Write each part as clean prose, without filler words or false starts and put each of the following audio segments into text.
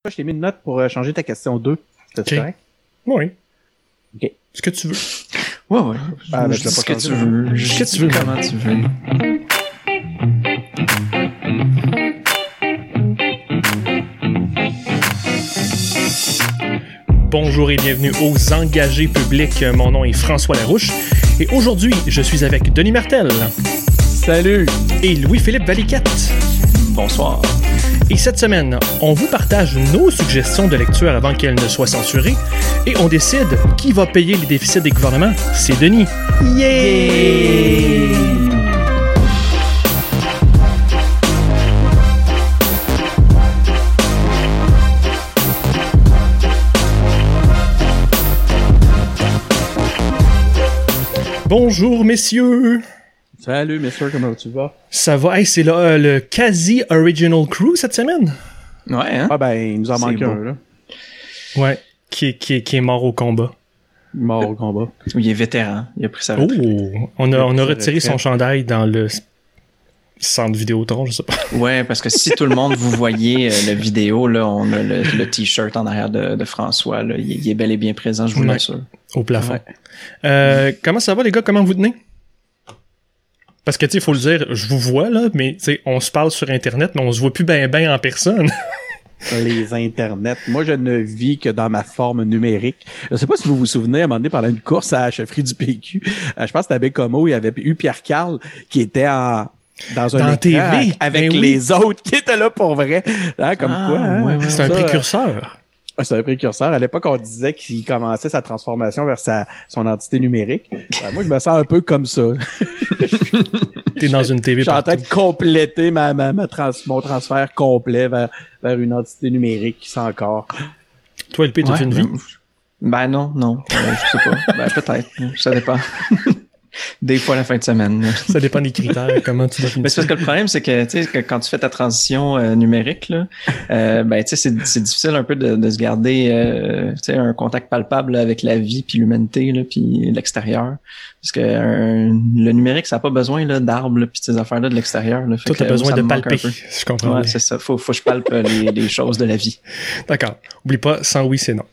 Je t'ai mis une note pour changer ta question 2. C'est correct? Oui. OK. Ce que tu veux. Ouais. Je ce que tu veux. Ce que tu veux. Comment tu veux. Bonjour et bienvenue aux Engagés publics. Mon nom est François Larouche et aujourd'hui, je suis avec Denis Martel. Salut! Et Louis-Philippe Valiquette. Bonsoir. Et cette semaine, on vous partage nos suggestions de lecture avant qu'elles ne soient censurées et on décide qui va payer les déficits des gouvernements. C'est Denis. Yeah! Bonjour, messieurs. Salut, messieurs, comment tu vas? Ça va? Hey, c'est le quasi original crew cette semaine? Ouais, hein? Ah ben, il nous en C'est manque beau. un, là. Ouais. Qui est mort au combat. Mort au combat. Il est vétéran. Il a pris sa Oh! retraite. On a sa retiré son retraite. chandail dans le centre Vidéotron, je sais pas. Ouais, parce que si tout le monde vous voyez la vidéo, là, on a le t-shirt en arrière de François. Là. Il est bel et bien présent, je vous Ouais. l'assure. Au plafond. Ouais. Comment ça va, les gars? Comment vous tenez? Parce que, tu sais, il faut le dire, je vous vois, là, mais, tu sais, on se parle sur Internet, mais on se voit plus ben en personne. Les internets. Moi, je ne vis que dans ma forme numérique. Je sais pas si vous vous souvenez, à un moment donné, pendant une course à la chefferie du PQ, je pense que c'était à Bécomo, il y avait eu Pierre Carl qui était dans un Dans écran TV. avec Ben oui. les autres qui étaient là pour vrai. Hein, comme Ah, quoi, hein? ouais. C'est un Ça, précurseur. C'est un précurseur. À l'époque, on disait qu'il commençait sa transformation vers son entité numérique. Moi, je me sens un peu comme ça. T'es dans une TV Je suis en train partout. de compléter mon transfert complet vers une entité numérique qui sent encore. Toi, LP, t'as Ouais, fait une vie? Ben non. Je sais pas. Ben peut-être. Ça dépend. Des fois la fin de semaine. Là. Ça dépend des critères, comment tu Mais vas c'est parce que le problème, c'est que, tu sais, que quand tu fais ta transition numérique, là, ben, tu sais, c'est difficile un peu de se garder, tu sais, un contact palpable là, avec la vie, puis l'humanité, là, puis l'extérieur. Parce que le numérique, ça n'a pas besoin là, d'arbres, là, puis ces affaires-là de l'extérieur. Là. Fait Toi, t'as que, besoin ça de me manque palper. un peu. Je comprends. Ouais, bien. c'est ça. Faut que je palpe les choses de la vie. D'accord. Oublie pas, sans oui, c'est non.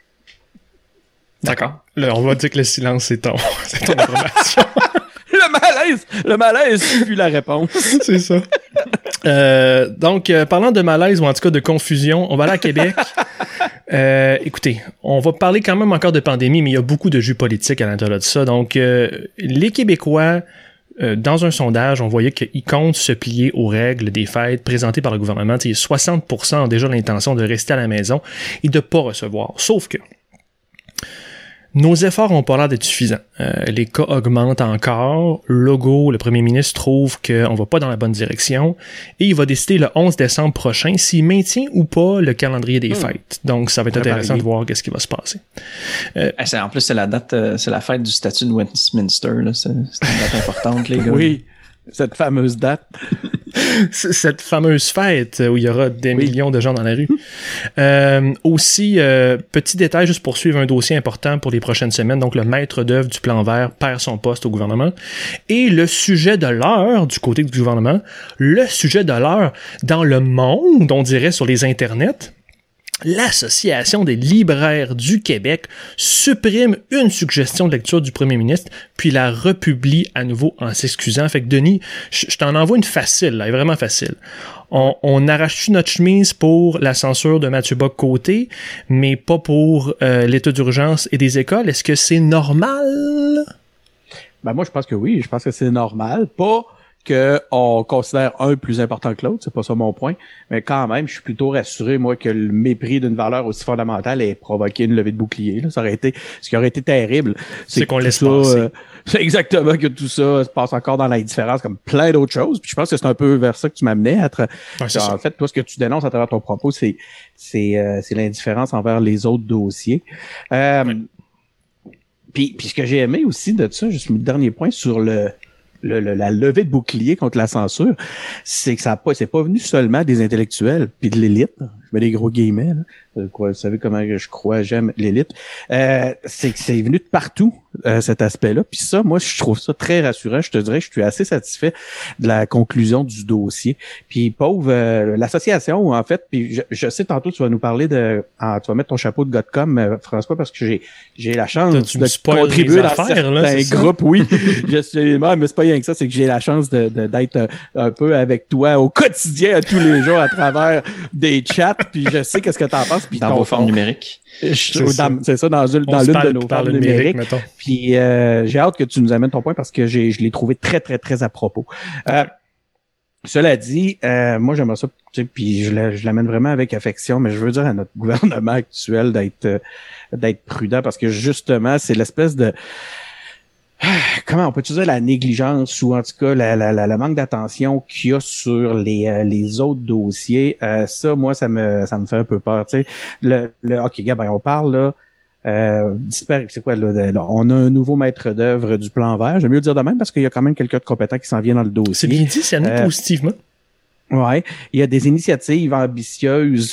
D'accord. Là, on va dire que le silence, c'est ton information. Le malaise, puis la réponse. C'est ça. Donc, parlant de malaise ou en tout cas de confusion, on va aller à Québec. Écoutez, on va parler quand même encore de pandémie, mais il y a beaucoup de jus politiques à l'intérieur de ça. Donc, les Québécois, dans un sondage, on voyait qu'ils comptent se plier aux règles des fêtes présentées par le gouvernement. 60% ont déjà l'intention de rester à la maison et de ne pas recevoir. Sauf que nos efforts n'ont pas l'air d'être suffisants. Les cas augmentent encore. Legault, le premier ministre, trouve qu'on va pas dans la bonne direction et il va décider le 11 décembre prochain s'il maintient ou pas le calendrier des fêtes. Donc, ça va être intéressant de voir qu'est-ce qui va se passer. En plus, c'est la date, c'est la fête du statut de Westminster. Là. C'est une date importante, les gars. Oui, cette fameuse date. Cette fameuse fête où il y aura des Oui. millions de gens dans la rue. Aussi, petit détail juste pour suivre un dossier important pour les prochaines semaines. Donc, le maître d'œuvre du plan vert perd son poste au gouvernement. Et le sujet de l'heure du côté du gouvernement, le sujet de l'heure dans le monde, on dirait sur les internets, l'Association des libraires du Québec supprime une suggestion de lecture du premier ministre, puis la republie à nouveau en s'excusant. Fait que Denis, je t'en envoie une facile, là, elle est vraiment facile. On arrache-tu notre chemise pour la censure de Mathieu Bock-Côté, mais pas pour l'état d'urgence et des écoles? Est-ce que c'est normal? Ben moi, je pense que oui. Je pense que c'est normal. Pas qu'on considère un plus important que l'autre, c'est pas ça mon point, mais quand même, je suis plutôt rassuré, moi, que le mépris d'une valeur aussi fondamentale ait provoqué une levée de bouclier. Là. Ce qui aurait été terrible, C'est qu'on que laisse tout ça, passer. c'est exactement que tout ça se passe encore dans l'indifférence comme plein d'autres choses. Puis je pense que c'est un peu vers ça que tu m'amenais. Ouais, c'est ça. En fait, toi, ce que tu dénonces à travers ton propos, c'est l'indifférence envers les autres dossiers. Puis ce que j'ai aimé aussi de ça, juste le dernier point sur la levée de bouclier contre la censure, c'est que c'est pas venu seulement des intellectuels puis de l'élite. mets des gros guillemets, là. Vous savez comment j'aime l'élite. C'est que c'est venu de partout, cet aspect-là. Puis ça, moi, je trouve ça très rassurant. Je te dirais que je suis assez satisfait de la conclusion du dossier. Puis pauvre, l'association, en fait, puis je sais tantôt, tu vas nous parler tu vas mettre ton chapeau de gars de com, François, parce que j'ai la chance de contribuer dans certains groupes, oui. Mais c'est pas rien que ça, c'est que j'ai la chance d'être un peu avec toi au quotidien, tous les jours, à travers des chats, puis je sais qu'est-ce que t'en penses. Puis dans vos formes numériques. C'est ça, dans l'une de nos formes numériques. Puis j'ai hâte que tu nous amènes ton point parce que je l'ai trouvé très, très, très à propos. Cela dit, moi j'aimerais ça, tu sais, puis je l'amène vraiment avec affection, mais je veux dire à notre gouvernement actuel d'être prudent parce que justement, c'est l'espèce de comment on peut dire la négligence ou en tout cas la manque d'attention qu'il y a sur les autres dossiers. Ça, moi, ça me fait un peu peur. Tu sais, OK, gars, on parle là. C'est quoi là, on a un nouveau maître d'œuvre du plan vert. J'aime mieux le dire de même parce qu'il y a quand même quelqu'un de compétent qui s'en vient dans le dossier. C'est bien dit, c'est amené positivement. Ouais, il y a des initiatives ambitieuses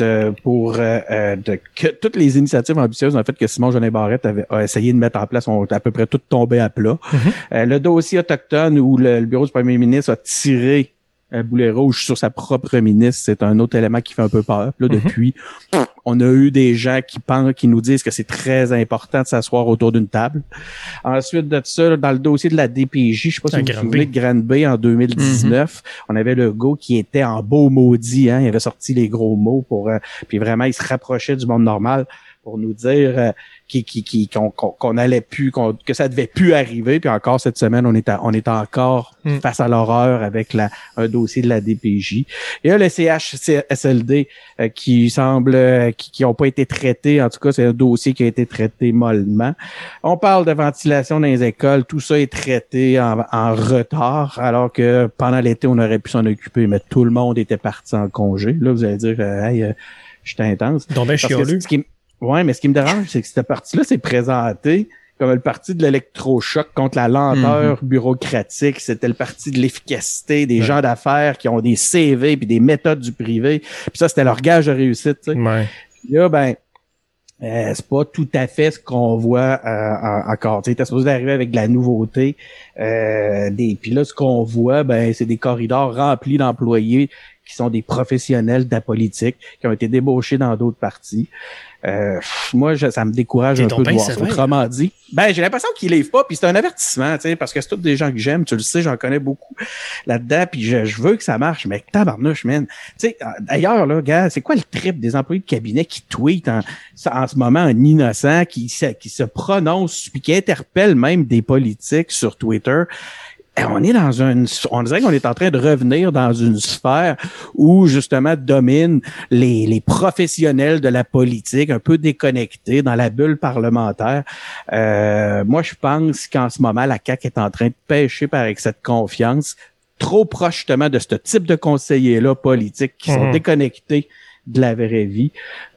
toutes les initiatives ambitieuses en fait que Simon Jolin Barrette a essayé de mettre en place ont à peu près toutes tombé à plat. Le dossier autochtone où le bureau du premier ministre a tiré un boulet rouge sur sa propre ministre, c'est un autre élément qui fait un peu peur. Là, depuis, on a eu des gens qui nous disent que c'est très important de s'asseoir autour d'une table. Ensuite de ça, dans le dossier de la DPJ, je sais pas si vous vous souvenez de Granby en 2019, on avait le gars qui était en beau maudit, hein, il avait sorti les gros mots puis vraiment il se rapprochait du monde normal pour nous dire qu'on allait plus, que ça devait plus arriver. Puis encore cette semaine, on est encore face à l'horreur avec un dossier de la DPJ. Il y a le CHSLD qui semble qui n'ont pas été traités. En tout cas, c'est un dossier qui a été traité mollement. On parle de ventilation dans les écoles. Tout ça est traité en retard, alors que pendant l'été, on aurait pu s'en occuper, mais tout le monde était parti en congé. Là, vous allez dire, hey, je suis intense. Donc, ben, chialeux. Ouais, mais ce qui me dérange, c'est que cette partie-là, c'est présenté comme le parti de l'électrochoc contre la lenteur bureaucratique. C'était le parti de l'efficacité des gens d'affaires qui ont des CV puis des méthodes du privé. Puis ça, c'était leur gage de réussite, tu sais. Ouais. Là, c'est pas tout à fait ce qu'on voit encore. Tu sais, t'es supposé arriver avec de la nouveauté. Puis là, ce qu'on voit, c'est des corridors remplis d'employés qui sont des professionnels de la politique, qui ont été débauchés dans d'autres partis. Moi, ça me décourage un peu de voir ça. Autrement dit, j'ai l'impression qu'ils livrent pas, puis c'est un avertissement, tu sais, parce que c'est tous des gens que j'aime, tu le sais, j'en connais beaucoup là-dedans, puis je veux que ça marche, mais tabarnouche, man. Tu sais, d'ailleurs, là, gars, c'est quoi le trip des employés de cabinet qui tweetent en ce moment un innocent, qui se prononce, puis qui interpelle même des politiques sur Twitter? On dirait qu'on est en train de revenir dans une sphère où justement dominent les professionnels de la politique, un peu déconnectés dans la bulle parlementaire. Moi, je pense qu'en ce moment, la CAQ est en train de pêcher par excès de confiance, trop proche justement de ce type de conseillers-là politiques qui sont déconnectés de la vraie vie.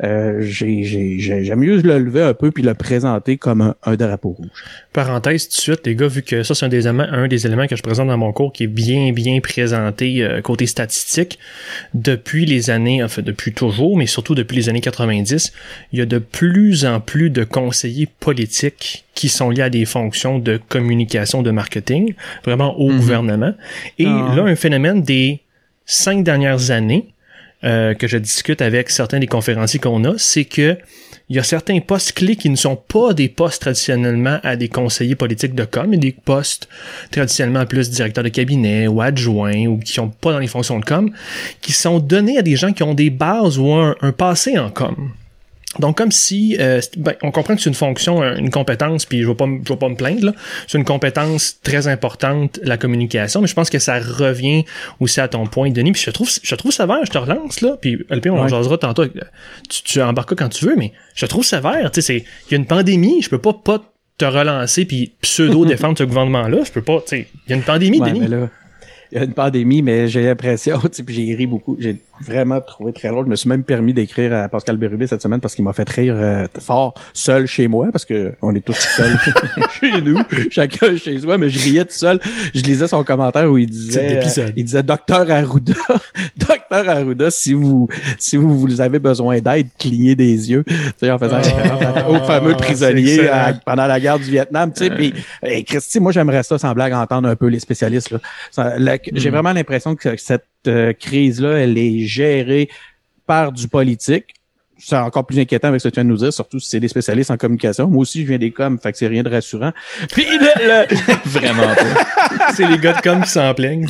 J'aime mieux le lever un peu puis le présenter comme un drapeau rouge. Parenthèse tout de suite, les gars, vu que ça, c'est un des éléments que je présente dans mon cours qui est bien, bien présenté côté statistique. Depuis les années, enfin depuis toujours, mais surtout depuis les années 90, il y a de plus en plus de conseillers politiques qui sont liés à des fonctions de communication, de marketing, vraiment au gouvernement. Et là, un phénomène des 5 dernières années, que je discute avec certains des conférenciers qu'on a, c'est que il y a certains postes clés qui ne sont pas des postes traditionnellement à des conseillers politiques de com, mais des postes traditionnellement plus directeurs de cabinet ou adjoints ou qui sont pas dans les fonctions de com, qui sont donnés à des gens qui ont des bases ou un passé en com. Donc, comme si, on comprend que c'est une fonction, une compétence, puis je vais pas me plaindre, là. C'est une compétence très importante, la communication, mais je pense que ça revient aussi à ton point, Denis, puis je trouve sévère, je te relance, là, puis LP, on en jasera tantôt, tu embarques quand tu veux, mais je trouve sévère, tu sais, il y a une pandémie, je peux pas te relancer puis pseudo-défendre ce gouvernement-là, je peux pas, tu sais, il y a une pandémie, Denis. Il y a une pandémie, mais j'ai l'impression, tu sais, puis j'ai ri beaucoup, vraiment trouvé très drôle. Je me suis même permis d'écrire à Pascal Bérubé cette semaine parce qu'il m'a fait rire fort seul chez moi, parce que on est tous seuls chez nous, chacun chez soi, mais je riais tout seul. Je lisais son commentaire où il disait Docteur Arruda, Docteur Arruda, si vous avez besoin d'aide, clignez des yeux. Tu sais, en faisant référence au fameux prisonnier pendant la guerre du Vietnam. Tu sais, puis Christy, moi j'aimerais ça sans blague entendre un peu les spécialistes là. J'ai vraiment l'impression que cette crise-là, elle est gérée par du politique. C'est encore plus inquiétant avec ce que tu viens de nous dire, surtout si c'est des spécialistes en communication. Moi aussi, je viens des coms, fait que c'est rien de rassurant. Puis Vraiment pas. C'est les gars de com qui s'en plaignent.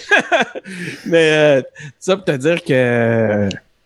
Mais ça pour te dire que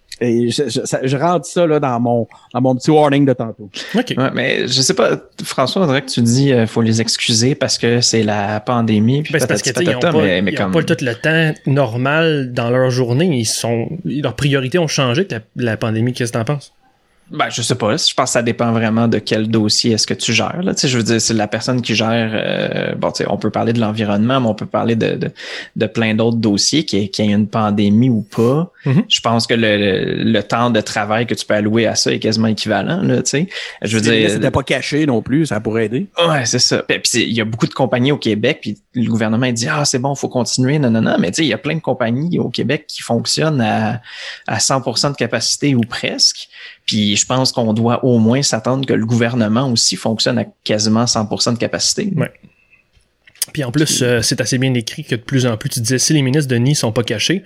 je rentre ça là dans mon petit warning de tantôt. OK. Ouais, mais je sais pas, François, on dirait que tu dis faut les excuser parce que c'est la pandémie. Puis c'est parce qu'ils n'ont pas tout le temps normal dans leur journée. Leurs priorités ont changé avec la pandémie. Qu'est-ce que t'en penses? Ben, je sais pas. Je pense que ça dépend vraiment de quel dossier est-ce que tu gères. Là. Tu sais, je veux dire, c'est la personne qui gère. Bon, tu sais, on peut parler de l'environnement, mais on peut parler de plein d'autres dossiers, qu'il y ait une pandémie ou pas. Mm-hmm. Je pense que le temps de travail que tu peux allouer à ça est quasiment équivalent. Là, tu sais, je veux dire, c'était pas caché non plus, ça pourrait aider. Ouais, c'est ça. Puis il y a beaucoup de compagnies au Québec, puis le gouvernement il dit c'est bon, faut continuer, non. Mais tu sais, il y a plein de compagnies au Québec qui fonctionnent à 100% de capacité ou presque. Puis je pense qu'on doit au moins s'attendre que le gouvernement aussi fonctionne à quasiment 100% de capacité. Ouais. Puis en plus, c'est assez bien écrit que de plus en plus, tu disais, si les ministres de nid sont pas cachés,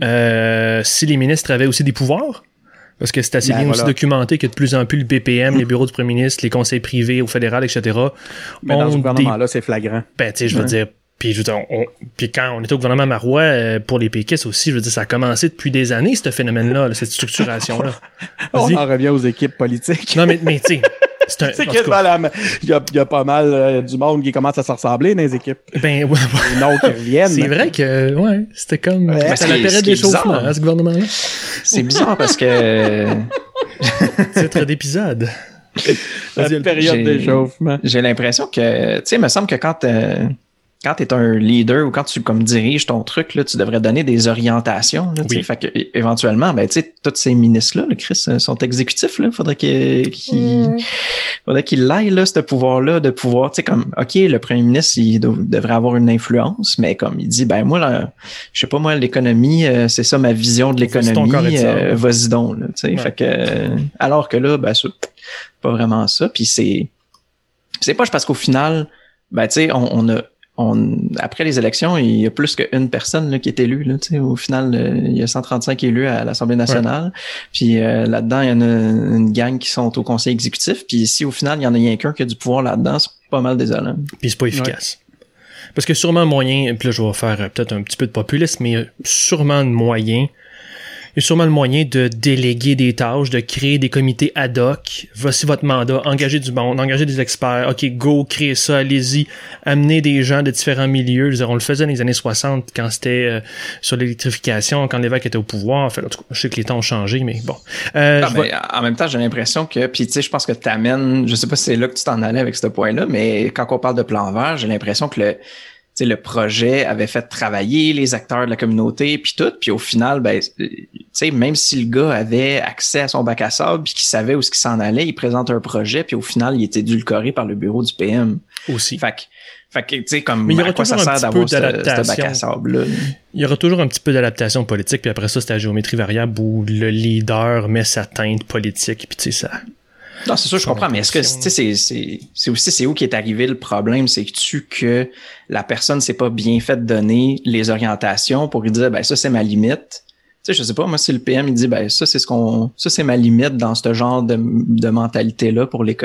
si les ministres avaient aussi des pouvoirs, parce que c'est assez bien aussi documenté que de plus en plus le BPM, les bureaux du premier ministre, les conseils privés au fédéral, etc. Mais dans ce gouvernement-là, c'est flagrant. Ben, tu sais, je veux dire, puis quand on était au gouvernement Marois, pour les péquistes aussi, je veux dire, ça a commencé depuis des années, ce phénomène-là, cette structuration-là. On en revient aux équipes politiques. Non, mais tu sais, c'est il y a pas mal du monde qui commence à se ressembler dans les équipes. Ben, ouais. Les noms qui reviennent. C'est vrai que, ouais, c'était comme, c'est la période d'échauffement, à ce gouvernement-là. C'est bizarre parce que... Titre d'épisode. La période d'échauffement. J'ai l'impression que, tu sais, il me semble que quand tu es un leader ou quand tu comme diriges ton truc, là, tu devrais donner des orientations. Là, oui. Fait que éventuellement, ben, tu sais, tous ces ministres-là, le Chris, sont exécutifs. Là, faudrait qu'il aille là, ce pouvoir-là de pouvoir, tu sais, comme, OK, le premier ministre, il devrait avoir une influence, mais comme il dit, ben moi, là, je sais pas, moi, l'économie, c'est ça ma vision de l'économie, vas-y donc. Là, ouais. Fait que, alors que là, ben, c'est pas vraiment ça. Puis c'est pas parce qu'au final, ben, tu sais, après les élections, il y a plus qu'une personne là, qui est élue. Là, au final, il y a 135 élus à l'Assemblée nationale. Ouais. Puis là-dedans, il y en a une gang qui sont au conseil exécutif. Puis si au final, il y en a rien qu'un qui a du pouvoir là-dedans, c'est pas mal désolant. Puis c'est pas efficace. Ouais. Parce que sûrement moyen, puis là je vais faire peut-être un petit peu de populisme, mais sûrement moyen. Il y a sûrement le moyen de déléguer des tâches, de créer des comités ad hoc. Voici votre mandat, engagez du monde, engagez des experts. OK, go, créez ça, allez-y. Amenez des gens de différents milieux. Je veux dire, on le faisait dans les années 60 quand c'était sur l'électrification, quand l'évêque était au pouvoir. Enfin, en tout cas, je sais que les temps ont changé, mais bon. En même temps, j'ai l'impression que, puis tu sais, je pense que t'amènes, je sais pas si c'est là que tu t'en allais avec ce point-là, mais quand on parle de plan vert, j'ai l'impression que le projet avait fait travailler les acteurs de la communauté puis tout, puis au final, ben, tu sais, même si le gars avait accès à son bac à sable puis qu'il savait où ce qu'il s'en allait, il présente un projet puis au final, il était édulcoré par le bureau du PM. Aussi. Fait que tu sais, comme à quoi ça sert d'avoir ce bac à sable-là? Il y aura toujours un petit peu d'adaptation politique, puis après ça, c'est la géométrie variable où le leader met sa teinte politique, puis tu sais, ça... Non, c'est sûr, je comprends, mais est-ce que, tu sais, c'est où qui est arrivé le problème, c'est que la personne s'est pas bien fait donner les orientations pour lui dire, ben, ça, c'est ma limite. Tu sais, je sais pas, moi, si le PM, il dit, ben, ça, c'est ma limite dans ce genre de mentalité-là pour le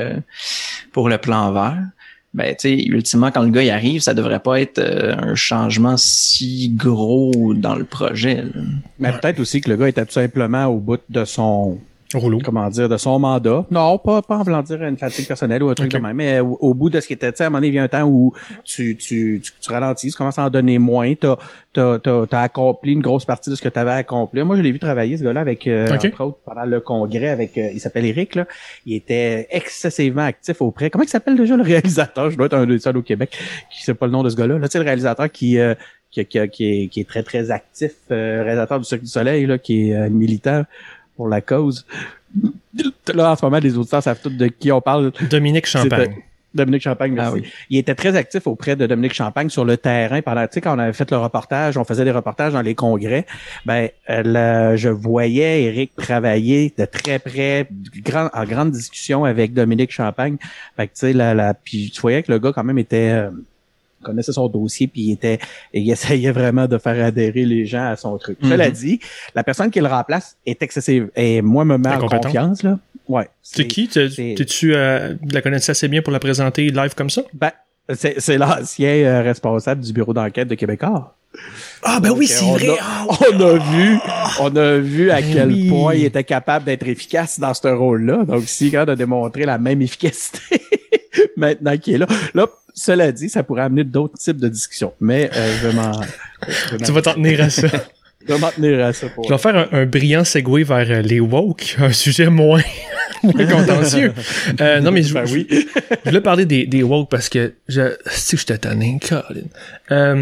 plan vert. Ben, tu sais, ultimement, quand le gars, il arrive, ça devrait pas être un changement si gros dans le projet, là. Mais peut-être aussi que le gars était tout simplement au bout de son... rouleau. Comment dire, de son mandat. Non, pas en voulant dire une fatigue personnelle ou un truc comme même, mais au bout de ce qui était, tu sais, à un moment donné, il y a un temps où tu ralentis, tu commences à en donner moins, t'as accompli une grosse partie de ce que tu avais accompli. Moi, je l'ai vu travailler, ce gars-là, avec, entre autres, pendant le congrès avec, il s'appelle Éric, là. Il était excessivement actif auprès. Comment il s'appelle déjà le réalisateur? Je dois être un des seuls au Québec qui sait pas le nom de ce gars-là. Là, tu sais, le réalisateur qui qui est très, très actif, réalisateur du Cirque du Soleil, là, qui est militant pour la cause. Là, en ce moment, les auditeurs savent tous de qui on parle. Dominique Champagne. Dominique Champagne, merci. Ah oui. Il était très actif auprès de Dominique Champagne sur le terrain pendant, tu sais, quand on avait fait le reportage, on faisait des reportages dans les congrès. Je voyais Éric travailler de très près, en grande discussion avec Dominique Champagne. Fait que, tu sais, puis tu voyais que le gars quand même connaissait son dossier puis il essayait vraiment de faire adhérer les gens à son truc. Cela dit, la personne qui le remplace est excessive et moi me met en confiance là. Ouais. C'est qui? Tu la connaissais assez bien pour la présenter live comme ça? Ben, c'est l'ancien responsable du bureau d'enquête de Québécois. Ah ben oui, c'est vrai. On a vu à quel point il était capable d'être efficace dans ce rôle-là. Donc, si quand on a démontré la même efficacité maintenant qu'il est là. Là, cela dit, ça pourrait amener d'autres types de discussions. Mais tu vas t'en tenir à ça. Je vais m'en tenir à ça. Je vais faire un brillant segue vers les woke, un sujet moins contentieux. Non, mais je voulais parler des woke parce que j'étais tanné, Colin.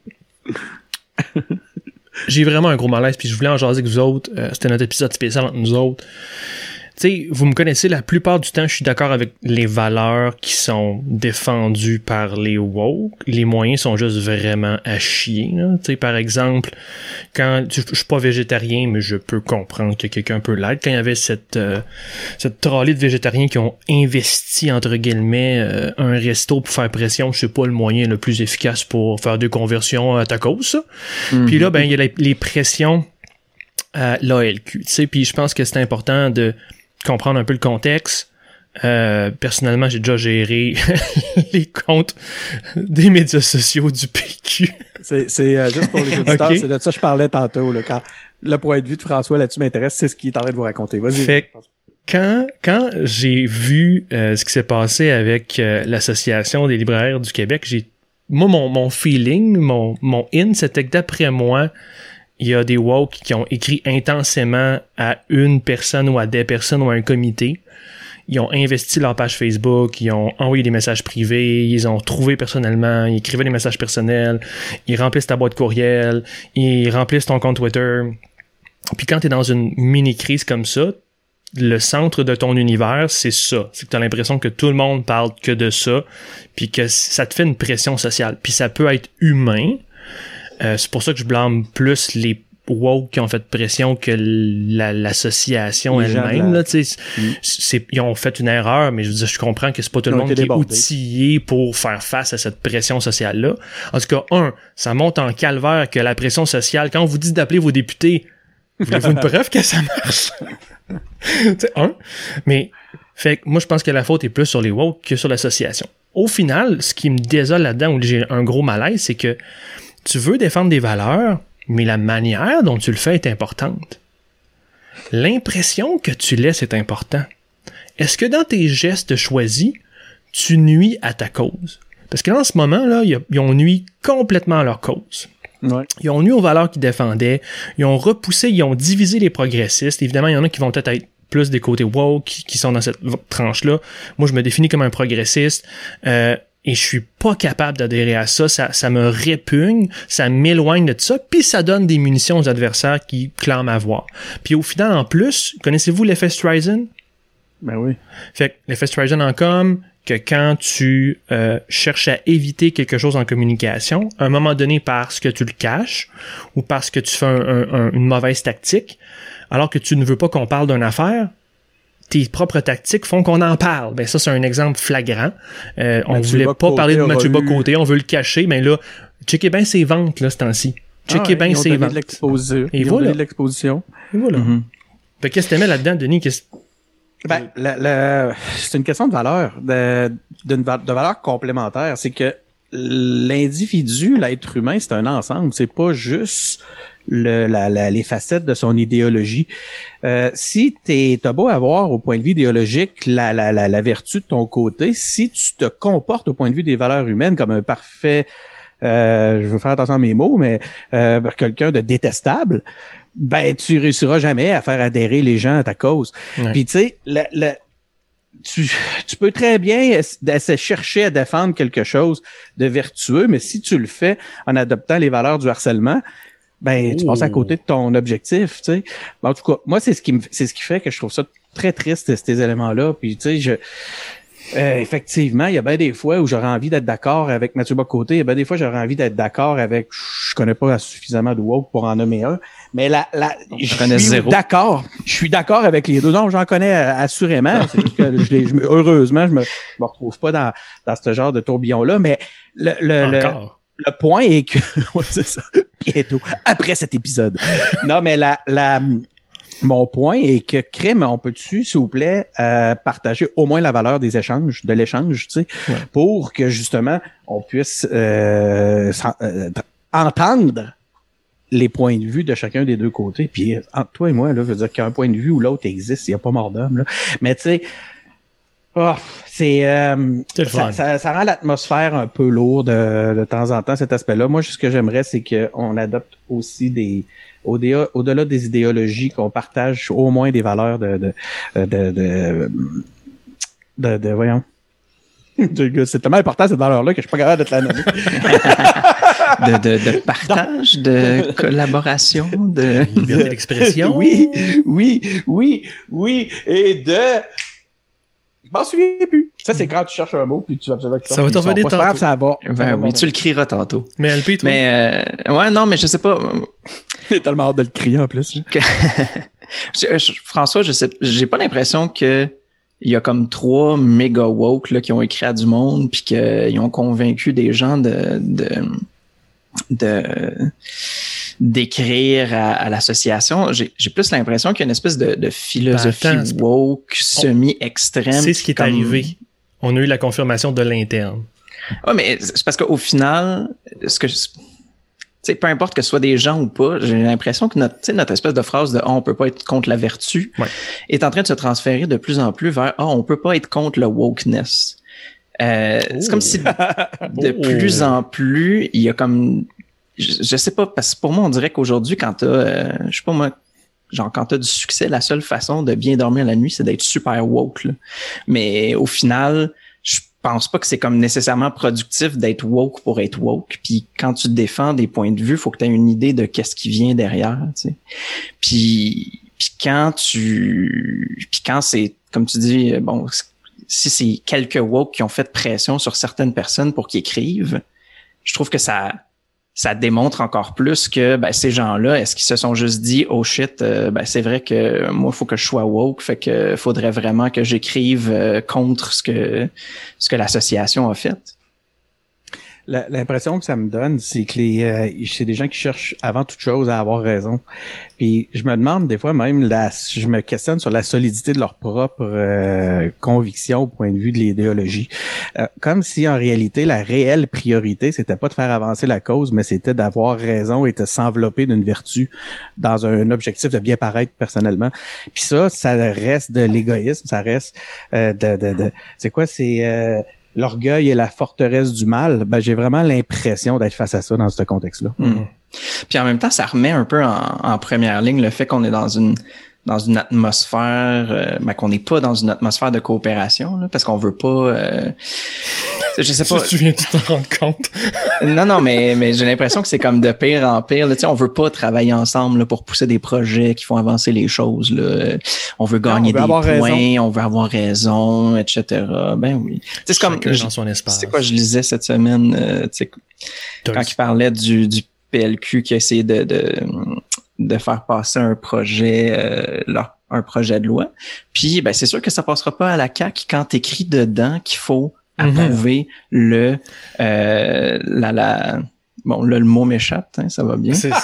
J'ai vraiment un gros malaise, puis je voulais en jaser avec vous autres. C'était notre épisode spécial entre nous autres. Tu sais, vous me connaissez, la plupart du temps, je suis d'accord avec les valeurs qui sont défendues par les woke. Les moyens sont juste vraiment à chier. Tu sais, par exemple, quand je suis pas végétarien, mais je peux comprendre que quelqu'un peut l'être. Quand il y avait cette trolley de végétariens qui ont investi, entre guillemets, un resto pour faire pression, je sais pas le moyen le plus efficace pour faire des conversions à tacos, ça. Puis là, ben, il y a les pressions à l'ALQ. Tu sais, puis je pense que c'est important de comprendre un peu le contexte. Personnellement, j'ai déjà géré les comptes des médias sociaux du PQ. C'est juste pour les auditeurs, okay. C'est de ça que je parlais tantôt. Là, quand le point de vue de François là-dessus m'intéresse, c'est ce qu'il est en train de vous raconter. Vas-y. Fait quand j'ai vu ce qui s'est passé avec l'Association des libraires du Québec, mon feeling, mon in, c'était que d'après moi, il y a des woke qui ont écrit intensément à une personne ou à des personnes ou à un comité. Ils ont investi leur page Facebook, ils ont envoyé des messages privés, ils ont trouvé personnellement, ils écrivaient des messages personnels, ils remplissent ta boîte courriel, ils remplissent ton compte Twitter. Puis quand t'es dans une mini-crise comme ça, le centre de ton univers, c'est ça. C'est que t'as l'impression que tout le monde parle que de ça, puis que ça te fait une pression sociale. Puis ça peut être humain. C'est pour ça que je blâme plus les woke qui ont fait pression que l'association elle-même. Là, ils ont fait une erreur, mais je veux dire, je comprends que c'est pas tout le monde qui est outillé pour faire face à cette pression sociale-là. En tout cas, ça monte en calvaire que la pression sociale, quand on vous dit d'appeler vos députés, voulez-vous une preuve que ça marche? Mais fait que moi, je pense que la faute est plus sur les woke que sur l'association. Au final, ce qui me désole là-dedans, où j'ai un gros malaise, c'est que tu veux défendre des valeurs, mais la manière dont tu le fais est importante. L'impression que tu laisses est important. Est-ce que dans tes gestes choisis, tu nuis à ta cause? Parce que là, en ce moment, là, ils ont nui complètement à leur cause. Ouais. Ils ont nui aux valeurs qu'ils défendaient. Ils ont repoussé, ils ont divisé les progressistes. Évidemment, il y en a qui vont peut-être être plus des côtés woke, qui sont dans cette tranche-là. Moi, je me définis comme un progressiste. Et je suis pas capable d'adhérer à ça. Ça me répugne, ça m'éloigne de ça, puis ça donne des munitions aux adversaires qui clament avoir. Puis au final, en plus, connaissez-vous l'effet Streisand? Ben oui. Fait que l'effet Streisand en com, que quand tu cherches à éviter quelque chose en communication, à un moment donné parce que tu le caches ou parce que tu fais une mauvaise tactique, alors que tu ne veux pas qu'on parle d'une affaire, tes propres tactiques font qu'on en parle. Ben ça, c'est un exemple flagrant. On voulait pas parler de Mathieu Bocoté, on veut le cacher, mais là, checkez bien ses ventes, là, ce temps-ci. Checkez bien ses ventes. Et voilà. L'exposition. Et voilà. Fait qu'est-ce que t'aimais là-dedans, Denis? Ben, c'est une question de valeur, de valeur complémentaire. C'est que l'individu, l'être humain, c'est un ensemble. C'est pas juste les facettes de son idéologie. Si t'as beau avoir au point de vue idéologique la vertu de ton côté, si tu te comportes au point de vue des valeurs humaines comme un parfait, je veux faire attention à mes mots, mais quelqu'un de détestable, ben tu réussiras jamais à faire adhérer les gens à ta cause. Ouais. Puis tu sais, tu peux très bien chercher à défendre quelque chose de vertueux, mais si tu le fais en adoptant les valeurs du harcèlement, ben tu passes à côté de ton objectif, tu sais. En tout cas, moi c'est ce qui fait que je trouve ça très triste, ces éléments-là. Puis tu sais, effectivement, il y a bien des fois où j'aurais envie d'être d'accord avec Mathieu Bock-Côté, il y a bien des fois j'aurais envie d'être d'accord avec, je connais pas suffisamment de woke pour en nommer un, mais je suis d'accord avec les deux. Non, j'en connais assurément. C'est juste que heureusement, je me retrouve pas dans ce genre de tourbillon-là, mais le point est que, ouais, c'est ça, bientôt, après cet épisode. Non, mais mon point est que, crème, on peut-tu, s'il vous plaît, partager au moins la valeur de l'échange, tu sais, pour que, justement, on puisse entendre les points de vue de chacun des deux côtés. Puis, entre toi et moi, là, je veux dire qu'un point de vue ou l'autre existe, il n'y a pas mort d'homme, là. Mais, tu sais, ça rend l'atmosphère un peu lourde de temps en temps, cet aspect-là. Moi, ce que j'aimerais, c'est qu'on adopte aussi au-delà des idéologies, qu'on partage au moins des valeurs voyons. C'est tellement important, cette valeur-là, que je suis pas capable de te la nommer. de partage, de collaboration, de liberté d'expression. Oui. Et de... Je m'en souviens plus. Ça, c'est quand tu cherches un mot, puis tu vas observer que ça va t'en venir tantôt. Ça va. Oui, tu le crieras tantôt. Mais LP, toi? Mais, ouais, non, mais je sais pas. J'ai tellement hâte de le crier, en plus. François, j'ai pas l'impression que il y a comme 3 méga woke, là, qui ont écrit à du monde, puis qu'ils ont convaincu des gens d'écrire à l'association. J'ai plus l'impression qu'il y a une espèce de philosophie woke semi-extrême. C'est ce qui est arrivé. On a eu la confirmation de l'interne. Ouais, mais c'est parce qu'au final, peu importe que ce soit des gens ou pas, j'ai l'impression que notre espèce de phrase de on peut pas être contre la vertu est en train de se transférer de plus en plus vers on peut pas être contre le wokeness. C'est comme si de plus en plus, il y a comme je sais pas, parce que pour moi, on dirait qu'aujourd'hui, quand t'as je sais pas moi, genre quand t'as du succès, la seule façon de bien dormir la nuit, c'est d'être super woke, là. Mais au final, je pense pas que c'est comme nécessairement productif d'être woke pour être woke. Puis quand tu défends des points de vue, faut que tu aies une idée de qu'est-ce qui vient derrière, tu sais. Puis quand c'est, comme tu dis, bon, si c'est quelques woke qui ont fait pression sur certaines personnes pour qu'ils écrivent, je trouve que ça démontre encore plus que ces gens-là, est-ce qu'ils se sont juste dit oh shit, c'est vrai que moi il faut que je sois woke, fait que faudrait vraiment que j'écrive contre ce que l'association a fait. L'impression que ça me donne, c'est que c'est des gens qui cherchent avant toute chose à avoir raison. Puis je me demande des fois même, je me questionne sur la solidité de leur propre conviction au point de vue de l'idéologie. Comme si en réalité la réelle priorité, c'était pas de faire avancer la cause, mais c'était d'avoir raison et de s'envelopper d'une vertu dans un objectif de bien paraître personnellement. Puis ça reste de l'égoïsme, ça reste c'est quoi, c'est l'orgueil est la forteresse du mal. J'ai vraiment l'impression d'être face à ça dans ce contexte-là. Puis en même temps, ça remet un peu en première ligne le fait qu'on est dans une atmosphère, qu'on n'est pas dans une atmosphère de coopération, là, parce qu'on veut pas. Je sais pas. Tu viens de t'en rendre compte. Non, mais j'ai l'impression que c'est comme de pire en pire. Là, on veut pas travailler ensemble là, pour pousser des projets qui font avancer les choses. Là. On veut gagner des points, on veut avoir raison, etc. Ben oui. C'est comme dans son espace. C'est quoi je lisais cette semaine, quand il parlait du PLQ qui a essayé de faire passer un projet de loi. Puis c'est sûr que ça passera pas à la CAQ quand t'écris dedans qu'il faut approuver le mot m'échappe, hein, ça va bien. C'est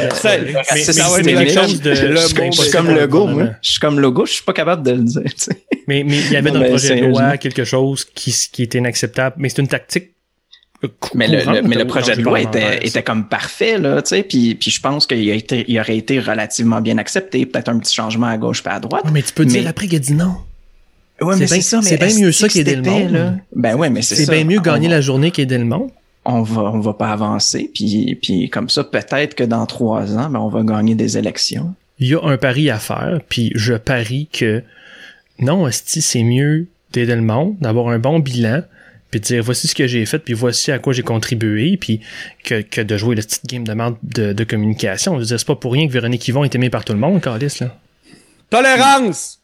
comme Legault, moi. Je suis comme Legault, je suis pas capable de le dire. T'sais. Mais il y avait dans le projet de loi quelque chose qui était inacceptable. Mais c'est une tactique. Mais le projet de loi était comme parfait, là, tu sais, puis je pense qu'il aurait été relativement bien accepté, peut-être un petit changement à gauche pas à droite. Mais tu peux dire après qu'il a dit non. Ouais, mais c'est bien mieux ça qu'aider le monde. Là. Ben ouais, mais c'est bien mieux gagner la journée qu'aider le monde. On va pas avancer, puis comme ça, peut-être que dans 3 ans, on va gagner des élections. Il y a un pari à faire, puis je parie que non, hostie, c'est mieux d'aider le monde, d'avoir un bon bilan, puis de dire voici ce que j'ai fait, puis voici à quoi j'ai contribué, puis que de jouer le petit game de merde de communication. Je veux dire, c'est pas pour rien que Véronique Yvon est aimée par tout le monde, Carlis, là. Tolérance!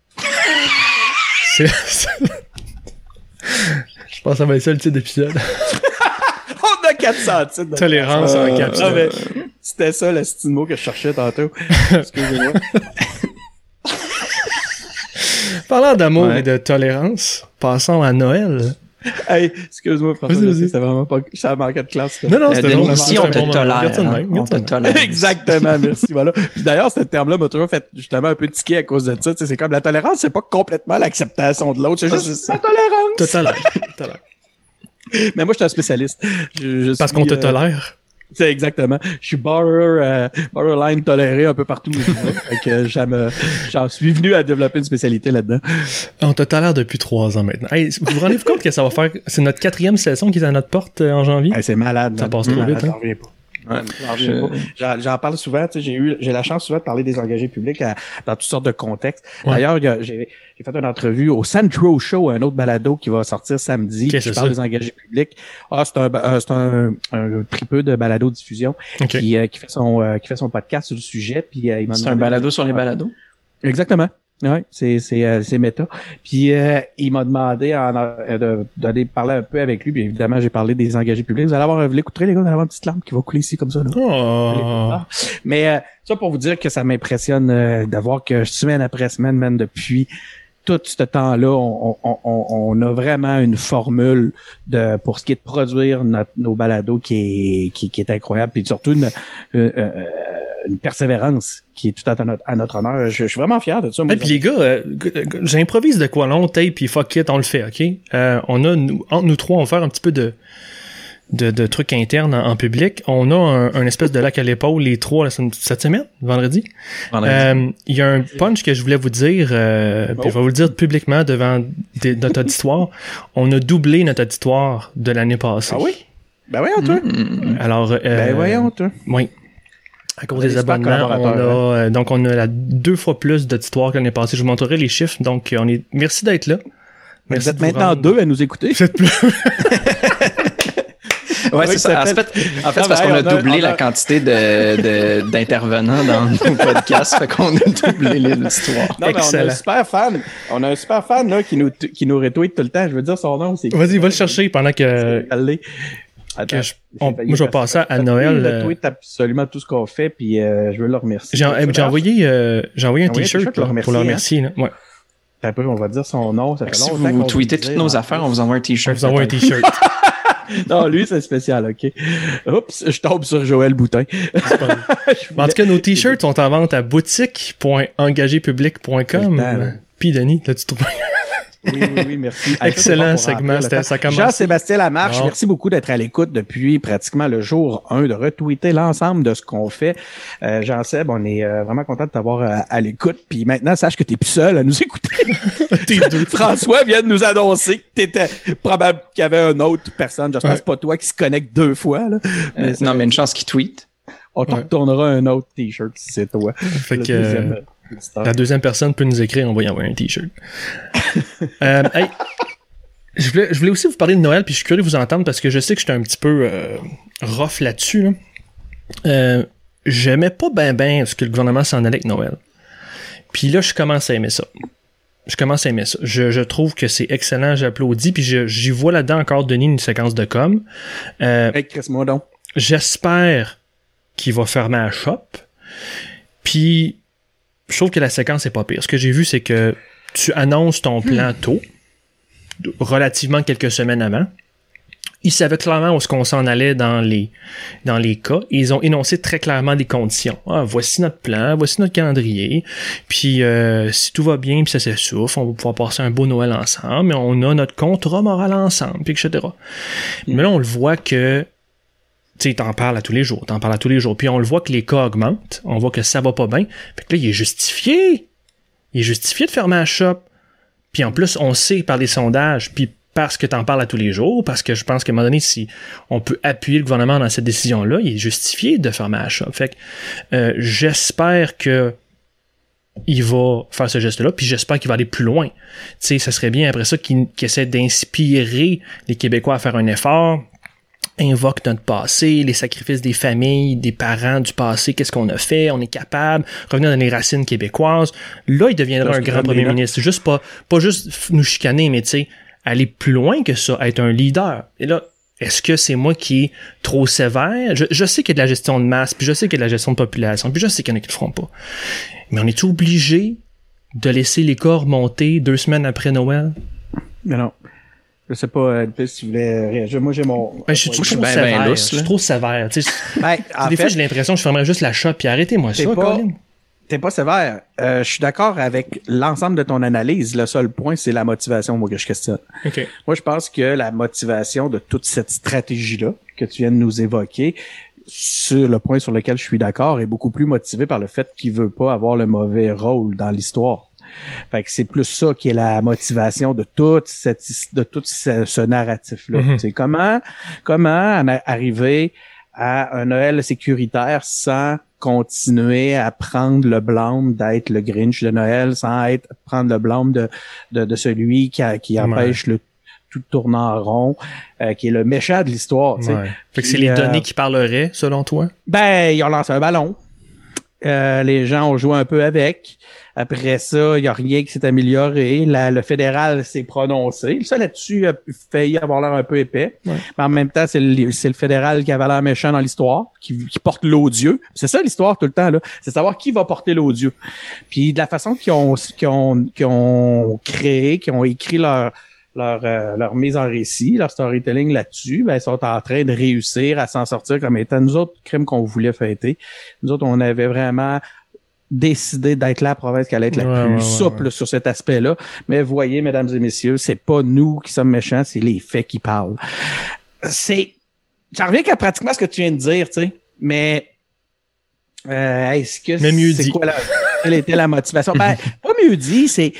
Je pense que ça va être ça le titre d'épisode. On a 400 titres. Tolérance en capsule. Ah, mais c'était ça le style mot que je cherchais tantôt. Excusez-moi. Parlant d'amour et de tolérance, passons à Noël. Hey, excuse-moi, François, vas-y. c'est vraiment pas... Ça manquait de classe. Là. Non, c'était Denis, bon. ici, on te tolère. On te tolère. Exactement, merci. Voilà. Puis d'ailleurs, ce terme-là m'a toujours fait justement un peu tiquer à cause de ça. Tu sais, c'est comme la tolérance, c'est pas complètement l'acceptation de l'autre, c'est juste la tolérance. Tolère. Mais moi, je suis un spécialiste. Parce qu'on te tolère. C'est exactement. Je suis borderline toléré un peu partout où je vais. Fait que j'en suis venu à développer une spécialité là-dedans. On te tolère depuis 3 ans maintenant. Hey, vous vous rendez compte que ça va faire... C'est notre 4e saison qui est à notre porte en janvier? Hey, c'est malade. Ça passe trop vite, hein? J'en reviens pas. J'en parle souvent, tu sais, j'ai la chance souvent de parler des engagés publics dans toutes sortes de contextes. Ouais. D'ailleurs, j'ai fait une entrevue au Centro Show, un autre balado qui va sortir samedi. Qu'est-ce Je que parle c'est des engagés publics. C'est un tripeux de balado diffusion Okay. qui fait son podcast sur le sujet. Puis il m'a C'est un balado sur les balados. Exactement. Ouais, c'est méta. Puis il m'a demandé d'aller parler un peu avec lui. Puis évidemment, j'ai parlé des engagés publics. Vous l'écouterez, les gars, vous allez avoir une petite lampe qui va couler ici comme ça. Là. Oh. Mais ça pour vous dire que ça m'impressionne de voir que semaine après semaine, même depuis tout ce temps-là, on a vraiment une formule pour ce qui est de produire nos balados qui est incroyable. Puis surtout une persévérance qui est tout à notre honneur. Je suis vraiment fier de ça. Et puis les gars, j'improvise de quoi long, tape, puis fuck it, on le fait, ok? Entre nous trois, on va faire un petit peu de trucs internes en public. On a un espèce de lac à l'épaule, les trois, cette semaine, vendredi. Il y a un punch que je voulais vous dire, puis je vais vous le dire publiquement devant notre auditoire. On a doublé notre auditoire de l'année passée. Ah oui? Ben voyons, toi. Alors, ben voyons, toi. Oui. À cause des abonnements, donc on a 2 fois plus d'auditoire que l'année passée. Je vous montrerai les chiffres. Donc, merci d'être là. Merci. Vous êtes maintenant 2 à nous écouter. Vous êtes plus... Ouais, c'est ça. En fait, c'est parce qu'on a doublé la quantité d'intervenants dans nos podcasts. Fait qu'on a doublé l'histoire. Non, mais on a un super fan. On a un super fan, là, qui nous retweet tout le temps. Je veux dire son nom, c'est... Vas-y, va le chercher pendant que... Attends, moi, je vais passer à Noël. Le tweet absolument tout ce qu'on fait, puis je veux le remercier. J'ai envoyé un t-shirt pour le remercier. Hein. Ouais. Un peu, on va dire son nom. Ça fait si longtemps vous tweetez toutes nos affaires, on vous envoie un t-shirt. On vous envoie un t-shirt. Non, lui, c'est spécial, OK. Oups, je tombe sur Joël Boutin. En tout cas, nos t-shirts sont en vente à boutique.engagépublic.com. Puis, Denis, là-tu trouves... Oui, merci. Excellent segment, ça commence. Jean-Sébastien Lamarche, merci beaucoup d'être à l'écoute depuis pratiquement le jour 1, de retweeter l'ensemble de ce qu'on fait. Jean-Seb, on est vraiment content de t'avoir à l'écoute. Puis maintenant, sache que t'es plus seul à nous écouter. François vient de nous annoncer que t'étais probable qu'il y avait une autre personne. J'espère que c'est pas toi qui se connecte 2 fois. Là. Non, mais une chance qu'il tweet. On t'en retournera un autre t-shirt si c'est toi. Fait que... La deuxième personne peut nous écrire, on va y envoyer un t-shirt. Hey, je voulais aussi vous parler de Noël, puis je suis curieux de vous entendre parce que je sais que j'étais un petit peu rough là-dessus. Là. J'aimais pas ben ce que le gouvernement s'en allait avec Noël. Puis là, je commence à aimer ça. Je trouve que c'est excellent, j'applaudis, puis j'y vois là-dedans encore Denis une séquence de com. Hey, Chris-moi donc. J'espère qu'il va fermer la shop. Puis je trouve que la séquence est pas pire. Ce que j'ai vu, c'est que tu annonces ton plan tôt, relativement quelques semaines avant. Ils savaient clairement où est-ce qu'on s'en allait dans les cas. Et ils ont énoncé très clairement les conditions. Voici notre plan, voici notre calendrier. Puis si tout va bien, puis ça s'essouffle, on va pouvoir passer un beau Noël ensemble. Mais on a notre contrat moral ensemble, puis etc. Mais là, on le voit que tu sais, t'en parles à tous les jours. Puis on le voit que les cas augmentent. On voit que ça va pas bien. Fait que là, il est justifié. De fermer la shop. Puis en plus, on sait par les sondages, puis parce que t'en parles à tous les jours, parce que je pense qu'à un moment donné, si on peut appuyer le gouvernement dans cette décision-là, il est justifié de fermer la shop. Fait que j'espère que il va faire ce geste-là, puis j'espère qu'il va aller plus loin. Tu sais, ça serait bien après ça qu'il essaie d'inspirer les Québécois à faire un effort, invoque notre passé, les sacrifices des familles, des parents du passé, qu'est-ce qu'on a fait, on est capable, revenir dans les racines québécoises. Là, il deviendra un grand premier ministre. Juste pas juste nous chicaner, mais tu sais, aller plus loin que ça, être un leader. Et là, est-ce que c'est moi qui est trop sévère? Je sais qu'il y a de la gestion de masse, puis je sais qu'il y a de la gestion de population, puis je sais qu'il y en a qui le feront pas. Mais on est obligé de laisser les corps monter 2 semaines après Noël? Mais non. Je sais pas, si tu voulais réagir. Moi, j'ai mon... je suis trop sévère. Je suis trop sévère. Des fois, j'ai l'impression que je fermerais juste la shop, puis arrêtez-moi ça, Colin. T'es pas sévère. Je suis d'accord avec l'ensemble de ton analyse. Le seul point, c'est la motivation, moi, que je questionne. Okay. Moi, je pense que la motivation de toute cette stratégie-là que tu viens de nous évoquer, sur le point sur lequel je suis d'accord, est beaucoup plus motivée par le fait qu'il veut pas avoir le mauvais rôle dans l'histoire. Fait que c'est plus ça qui est la motivation de tout ce narratif-là. Mm-hmm. C'est comment arriver à un Noël sécuritaire sans continuer à prendre le blâme d'être le Grinch de Noël, sans prendre le blâme de celui qui empêche le tout tournant en rond, qui est le méchant de l'histoire. Ouais. Fait que c'est les données qui parleraient, selon toi? Ben, ils ont lancé un ballon. Les gens ont joué un peu avec. Après ça, il n'y a rien qui s'est amélioré. Le fédéral s'est prononcé. Ça, là-dessus, a failli avoir l'air un peu épais. Ouais. Mais en même temps, c'est le fédéral qui avait l'air méchant dans l'histoire, qui porte l'odieux. C'est ça l'histoire tout le temps, là. C'est savoir qui va porter l'odieux. Puis de la façon qu'ils ont créé, qu'ils ont écrit leur mise en récit, leur storytelling là-dessus, ben, ils sont en train de réussir à s'en sortir comme étant nous autres crimes qu'on voulait fêter. Nous autres, on avait vraiment décidé d'être la province qui allait être la plus souple sur cet aspect-là. Mais voyez, mesdames et messieurs, c'est pas nous qui sommes méchants, c'est les faits qui parlent. Ça revient à pratiquement ce que tu viens de dire, tu sais. Mais est-ce que c'est quoi quelle était la motivation? Ben, pas mieux dit, c'est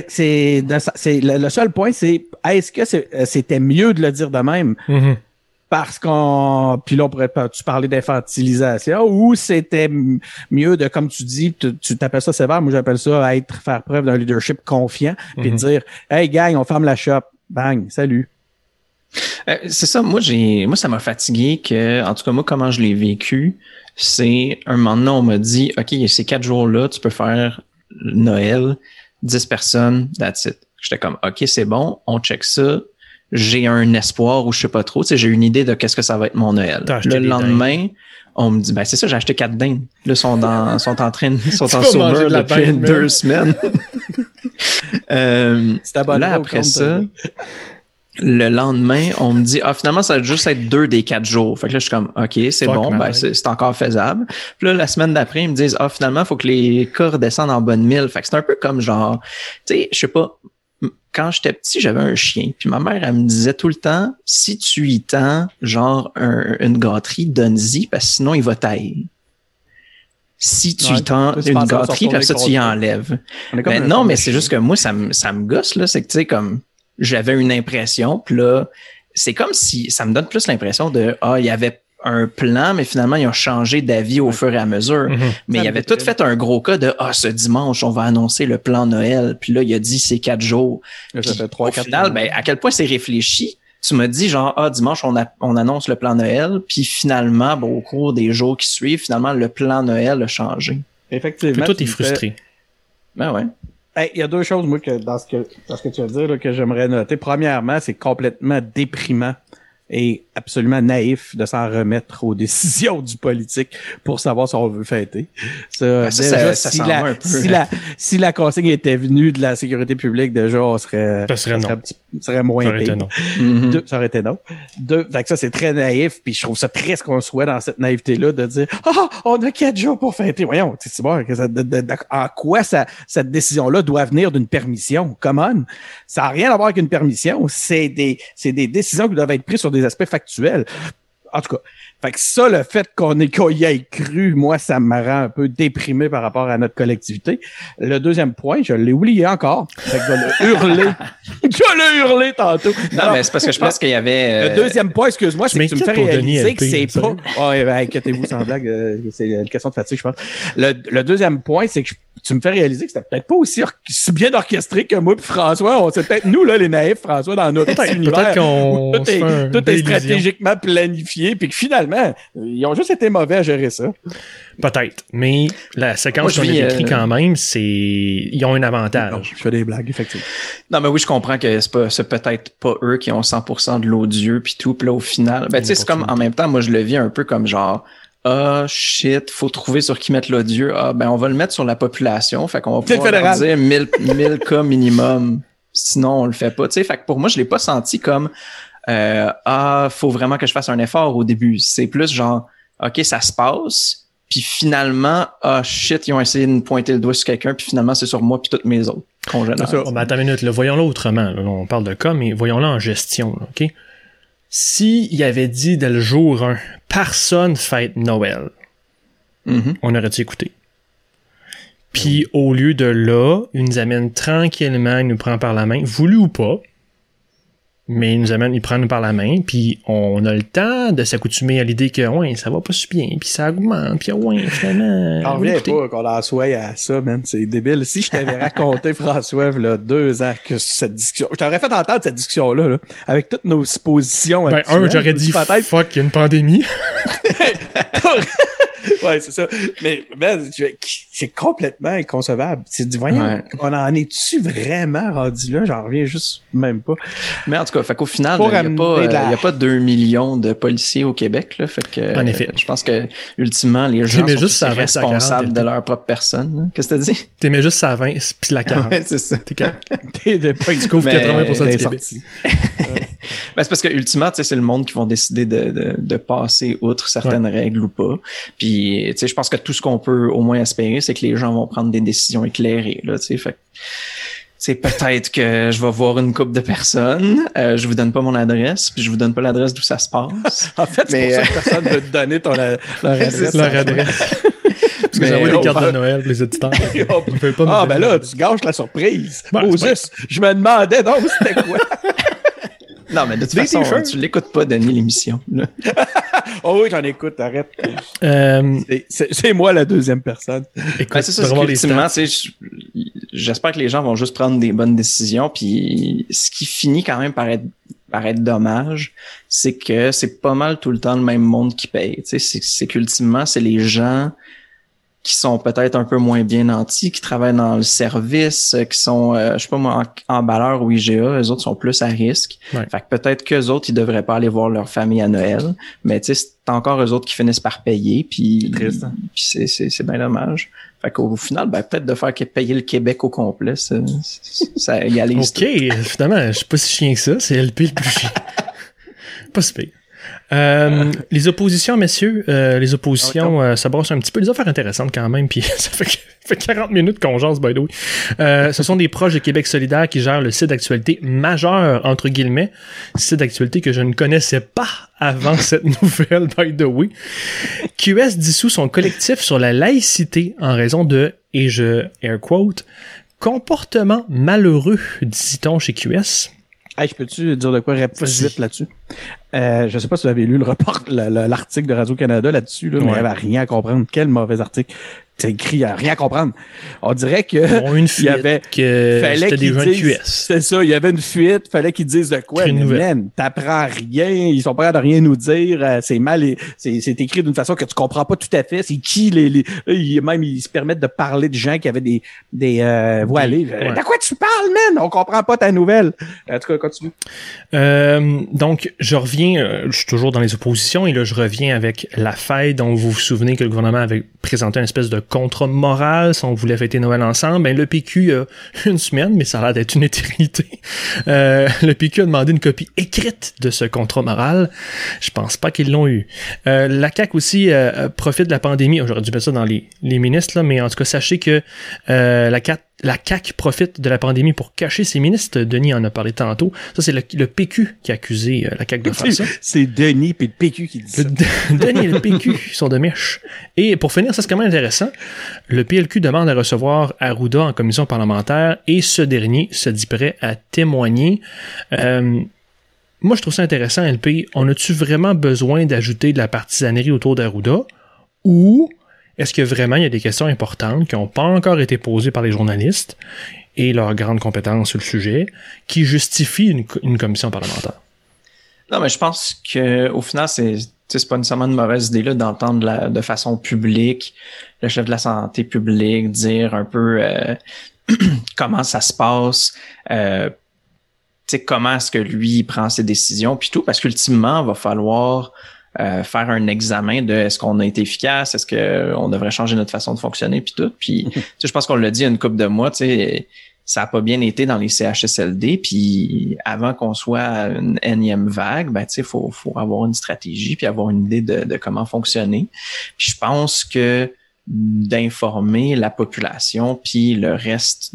le seul point, c'est est-ce que c'était mieux de le dire de même? Mm-hmm. Parce puis là, on pourrait-tu parler d'infantilisation, ou c'était mieux de, comme tu dis, tu t'appelles ça sévère, moi j'appelle ça faire preuve d'un leadership confiant, puis de dire, hey gang, on ferme la shop, bang, salut. C'est ça, moi ça m'a fatigué en tout cas moi comment je l'ai vécu, c'est un moment donné on m'a dit, ok, ces 4 jours-là, tu peux faire Noël, 10 personnes, that's it. J'étais comme, ok, c'est bon, on check ça. J'ai un espoir ou je sais pas trop, tu sais, j'ai une idée de qu'est-ce que ça va être mon Noël. Le lendemain, on me dit, ben c'est ça, j'ai acheté 4 dindes. Là, sont en sober depuis 2 semaines. Là, après ça, le lendemain, on me dit, finalement, ça va juste être 2 des 4 jours. Fait que là, je suis comme, ok, c'est bon, ben c'est encore faisable. Puis là, la semaine d'après, ils me disent, finalement, il faut que les cas redescendent en bonne mille. Fait que c'est un peu comme genre, tu sais, je sais pas, quand j'étais petit, j'avais un chien. Puis ma mère, elle me disait tout le temps, si tu y tends, genre, une gâterie, donne-y, parce que sinon, il va tailler. Si tu y tends une gâterie, puis ça, tu y enlèves. Ben, non, mais c'est juste que moi, ça me gosse, là. C'est que, tu sais, comme, j'avais une impression, puis là, c'est comme si, ça me donne plus l'impression de, il y avait un plan, mais finalement, ils ont changé d'avis au fur et à mesure. Mm-hmm. Mais il avait tout fait un gros cas de, ce dimanche, on va annoncer le plan Noël. Puis là, il a dit, c'est 4 jours. Là, ça fait 3, au final, ben, à quel point c'est réfléchi. Tu m'as dit, genre, dimanche, on annonce le plan Noël. Puis finalement, au cours des jours qui suivent, finalement, le plan Noël a changé. Effectivement. Puis toi, t'es frustré. Ben ouais. Il y a 2 choses, moi, que dans ce que tu vas dire, là, que j'aimerais noter. Premièrement, c'est complètement déprimant et absolument naïf de s'en remettre aux décisions du politique pour savoir si on veut fêter. Si la consigne était venue de la sécurité publique, déjà, on serait... Ça serait moins ça aurait été non. Ça aurait été non. Fait que ça, c'est très naïf, puis je trouve ça triste qu'on soit dans cette naïveté-là de dire « on a 4 jours pour fêter. » Voyons, c'est bon, en quoi cette décision-là doit venir d'une permission? Come on! Ça n'a rien à voir avec une permission. C'est des décisions qui doivent être prises sur des aspects factuels. En tout cas, fait que ça, le fait qu'on y ait cru, moi, ça me rend un peu déprimé par rapport à notre collectivité. Le deuxième point, je l'ai oublié encore. Fait que je vais le hurler. Je vais le hurler tantôt. Non, mais c'est parce que je pense qu'il y avait... Le deuxième point, excuse-moi, c'est que tu me fais réaliser que c'est pas... inquiétez-vous, sans blague, c'est une question de fatigue, je pense. Le deuxième point, c'est que tu me fais réaliser que c'était peut-être pas aussi si bien orchestré que moi puis François. C'est peut-être nous, là, les naïfs, François, dans notre univers. Peut-être qu'on tout est stratégiquement planifié, puis que finalement, ils ont juste été mauvais à gérer ça. Peut-être. Mais la séquence qu'on a décrite quand même, ils ont un avantage. Non, je fais des blagues, effectivement. Non, mais oui, je comprends que c'est peut-être pas eux qui ont 100% de l'odieux puis tout. Puis là, au final, ben, tu sais, c'est comme, en même temps, moi, je le vis un peu comme genre, shit, faut trouver sur qui mettre l'odieux. Ben, on va le mettre sur la population. Fait qu'on va pouvoir leur dire 1000 cas minimum. Sinon, on le fait pas. Tu sais, fait que pour moi, je l'ai pas senti comme, faut vraiment que je fasse un effort au début. C'est plus genre, OK, ça se passe. Puis finalement, shit, ils ont essayé de me pointer le doigt sur quelqu'un. Puis finalement, c'est sur moi puis toutes mes autres congénères. Ben, attends une minute, là, voyons-le autrement. Là, on parle de cas, mais voyons-le en gestion. Là, OK? S'il avait dit dès le jour 1, personne fête Noël, on aurait-tu écouté? Puis au lieu de là, il nous amène tranquillement, il nous prend par la main, voulu ou pas, mais il prend nous par la main, puis on a le temps de s'accoutumer à l'idée que ouais, ça va pas si bien, puis ça augmente, puis ouais, finalement... J'en reviens pas qu'on en soit à ça, man, c'est débile. Si je t'avais raconté, François, là, 2 ans, que cette discussion... Je t'aurais fait entendre cette discussion-là, là, avec toutes nos suppositions. Ben, j'aurais dit, fuck, il y a une pandémie. Ouais, c'est ça. Mais c'est complètement inconcevable. C'est du voyant. On en est-tu vraiment rendu là? J'en reviens juste même pas. Mais en tout cas, fait qu'au final, il n'y a pas 2 millions de policiers au Québec. Là, fait que, en effet. Je pense que ultimement, les gens sont juste responsables de leur propre personne. Là. Qu'est-ce que t'as dit? T'aimais juste ça à 20 puis la 40. Ouais, c'est ça. Tu couvres 80% du Québec. Ben, c'est parce que ultimement, tu sais, c'est le monde qui vont décider de passer outre certaines règles ou pas. Puis, tu sais, je pense que tout ce qu'on peut au moins espérer, c'est que les gens vont prendre des décisions éclairées, là, tu sais. Fait c'est peut-être que je vais voir une couple de personnes. Je vous donne pas mon adresse, puis je vous donne pas l'adresse d'où ça se passe. En fait, c'est pour ça que personne veut te donner leur adresse. Parce que j'envoie des cartes de Noël pour les auditeurs. Ben là, tu gâches la surprise. Juste, je me demandais donc c'était quoi. Non, mais de toute façon, tu l'écoutes pas, Denis, l'émission. Oh oui, j'en écoute, arrête. C'est moi la deuxième personne. Écoute, c'est ça, effectivement, j'espère que les gens vont juste prendre des bonnes décisions. Puis ce qui finit quand même par être dommage, c'est que c'est pas mal tout le temps le même monde qui paye. C'est qu'ultimement, c'est les gens qui sont peut-être un peu moins bien nantis, qui travaillent dans le service, qui sont, je sais pas moi, emballeurs ou IGA, eux autres sont plus à risque. Ouais. Fait que peut-être qu'eux autres, ils devraient pas aller voir leur famille à Noël, mais tu sais, c'est encore eux autres qui finissent par payer, puis c'est bien dommage. Fait qu'au final, ben, peut-être de faire payer le Québec au complet, ça égalise tout. OK, finalement, je suis pas si chien que ça, c'est LP le plus chien. Pas si pire. Les oppositions, messieurs, ça brosse un petit peu. Les affaires intéressantes quand même, puis ça fait 40 minutes qu'on jase, by the way. Ce sont des proches de Québec solidaire qui gèrent le site d'actualité majeur, entre guillemets, site d'actualité que je ne connaissais pas avant cette nouvelle, by the way. QS dissout son collectif sur la laïcité en raison de, et je air quote, comportement malheureux, dit-on chez QS. Hey, je peux-tu dire de quoi vite là-dessus? Je sais pas si vous avez lu l'article de Radio-Canada là-dessus, là, mais il n'y avait rien à comprendre. Quel mauvais article. C'est écrit, il n'y a rien à comprendre. On dirait que il y avait fallait des gens de QS. C'est ça, il y avait une fuite, fallait qu'ils disent de quoi. Man, t'apprends rien, ils sont pas capables de rien nous dire, c'est mal, c'est écrit d'une façon que tu comprends pas tout à fait. C'est qui même ils se permettent de parler de gens qui avaient des voilés. De quoi tu parles, man? On comprend pas ta nouvelle. En tout cas, continue. Donc, je reviens, je suis toujours dans les oppositions et là, je reviens avec la fête dont vous vous souvenez que le gouvernement avait présenté une espèce de contrat moral si on voulait fêter Noël ensemble. Ben, le PQ a une semaine, mais ça a l'air d'être une éternité. Le PQ a demandé une copie écrite de ce contrat moral. Je pense pas qu'ils l'ont eu. La CAQ aussi profite de la pandémie. J'aurais dû mettre ça dans les ministres, là, mais en tout cas, sachez que la CAQ profite de la pandémie pour cacher ses ministres. Denis en a parlé tantôt. Ça, c'est le PQ qui a accusé la CAQ de faire ça. C'est Denis et le PQ qui dit ça. Denis et le PQ sont de mèche. Et pour finir, ça c'est quand même intéressant. Le PLQ demande à recevoir Arruda en commission parlementaire et ce dernier se dit prêt à témoigner. Moi, je trouve ça intéressant, LP. On a-tu vraiment besoin d'ajouter de la partisanerie autour d'Arruda? Ou est-ce que vraiment il y a des questions importantes qui n'ont pas encore été posées par les journalistes et leurs grandes compétences sur le sujet qui justifient une commission parlementaire? Non, mais je pense que au final, c'est pas nécessairement une mauvaise idée là, d'entendre de façon publique le chef de la santé publique dire un peu comment ça se passe, comment est-ce que lui prend ses décisions, puis tout, parce qu'ultimement, il va falloir faire un examen de est-ce qu'on a été efficace, est-ce qu'on devrait changer notre façon de fonctionner, puis tout. Puis je pense qu'on l'a dit il y a une couple de mois, ça a pas bien été dans les CHSLD, puis avant qu'on soit à une énième vague, faut avoir une stratégie puis avoir une idée de comment fonctionner. Puis je pense que d'informer la population puis le reste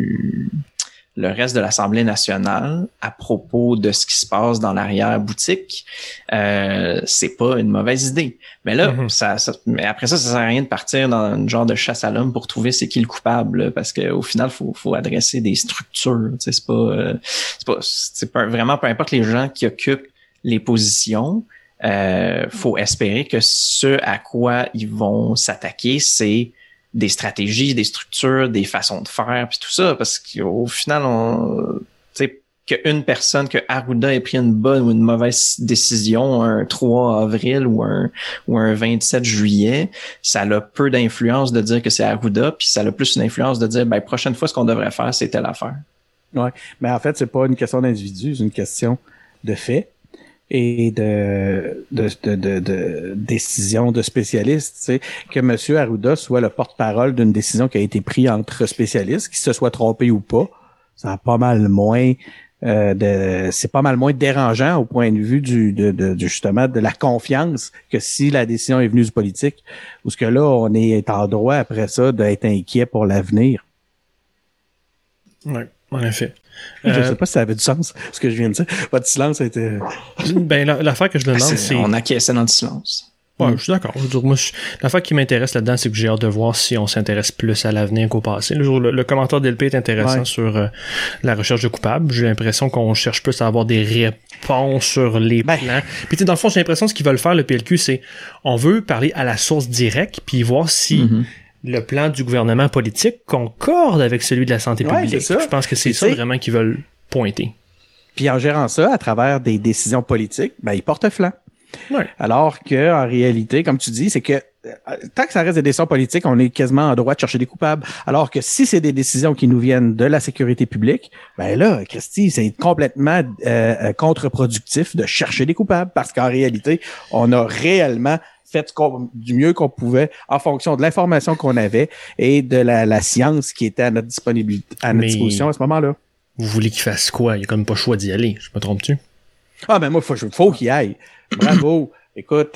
de l'Assemblée nationale à propos de ce qui se passe dans l'arrière-boutique, c'est pas une mauvaise idée. Mais là, mais après ça sert à rien de partir dans une genre de chasse à l'homme pour trouver c'est qui le coupable, là, parce que au final, faut adresser des structures. C'est pas vraiment, peu importe les gens qui occupent les positions, faut espérer que ce à quoi ils vont s'attaquer, c'est des stratégies, des structures, des façons de faire, puis tout ça, parce qu'au final, qu'une personne, que Arruda ait pris une bonne ou une mauvaise décision un 3 avril ou un 27 juillet, ça a peu d'influence de dire que c'est Arruda, puis ça a plus une influence de dire, prochaine fois, ce qu'on devrait faire, c'est telle affaire. Ouais, mais en fait, c'est pas une question d'individu, c'est une question de fait et de décision de spécialistes, tu sais, que M. Arruda soit le porte-parole d'une décision qui a été prise entre spécialistes, qui se soit trompé ou pas, ça a pas mal moins c'est pas mal moins dérangeant au point de vue justement de la confiance que si la décision est venue du politique, ou ce que là on est en droit après ça d'être inquiet pour l'avenir. Oui, en effet. Je sais pas si ça avait du sens, ce que je viens de dire. Votre silence a été... l'affaire que je demande, c'est... On acquiesçait dans le silence. Ouais, je suis d'accord. L'affaire qui m'intéresse là-dedans, c'est que j'ai hâte de voir si on s'intéresse plus à l'avenir qu'au passé. Le commentaire d'LP est intéressant sur la recherche de coupables. J'ai l'impression qu'on cherche plus à avoir des réponses sur les plans. Puis dans le fond, j'ai l'impression que ce qu'ils veulent faire, le PLQ, c'est on veut parler à la source directe, puis voir si... le plan du gouvernement politique concorde avec celui de la santé publique. Je pense que c'est ça vraiment qu'ils veulent pointer. Puis en gérant ça à travers des décisions politiques, ils portent flanc. Ouais. Alors que en réalité, comme tu dis, c'est que tant que ça reste des décisions politiques, on est quasiment en droit de chercher des coupables. Alors que si c'est des décisions qui nous viennent de la sécurité publique, là, Christy, c'est complètement contre-productif de chercher des coupables parce qu'en réalité, on a réellement fait du mieux qu'on pouvait en fonction de l'information qu'on avait et de la science qui était à notre disposition à ce moment-là. Vous voulez qu'il fasse quoi? Il n'y a comme pas le choix d'y aller. Je me trompe-tu? Ah, moi, faut qu'il aille. Bravo. Écoute,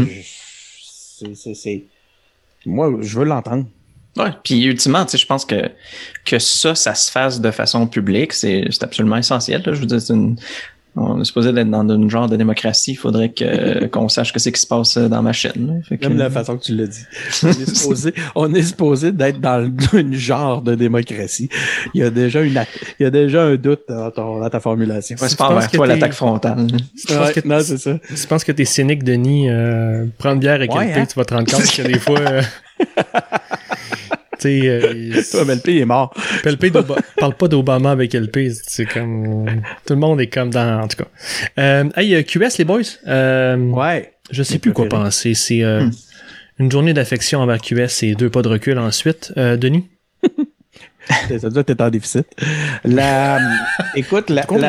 moi, je veux l'entendre. Ouais, puis ultimement, je pense que ça se fasse de façon publique, c'est absolument essentiel. Là. Je veux dire, on est supposé d'être dans une genre de démocratie. Il faudrait qu'on sache ce qui se passe dans ma chaîne. Même la façon que tu l'as dit. On est supposé d'être dans une genre de démocratie. Il y a déjà un doute dans ta formulation. Ouais, c'est pas envers toi l'attaque frontale. Non, c'est ça. Tu penses que t'es cynique, Denis? Prendre bière avec LP, tu vas te rendre compte que des fois... Toi, mais LP il est mort. LP parle pas d'Obama avec LP. C'est comme... Tout le monde est comme dans... En tout cas. QS, les boys. Ouais. Je sais plus quoi penser. C'est une journée d'affection envers QS et 2 pas de recul ensuite. Denis? Ça doit être en déficit. Écoute,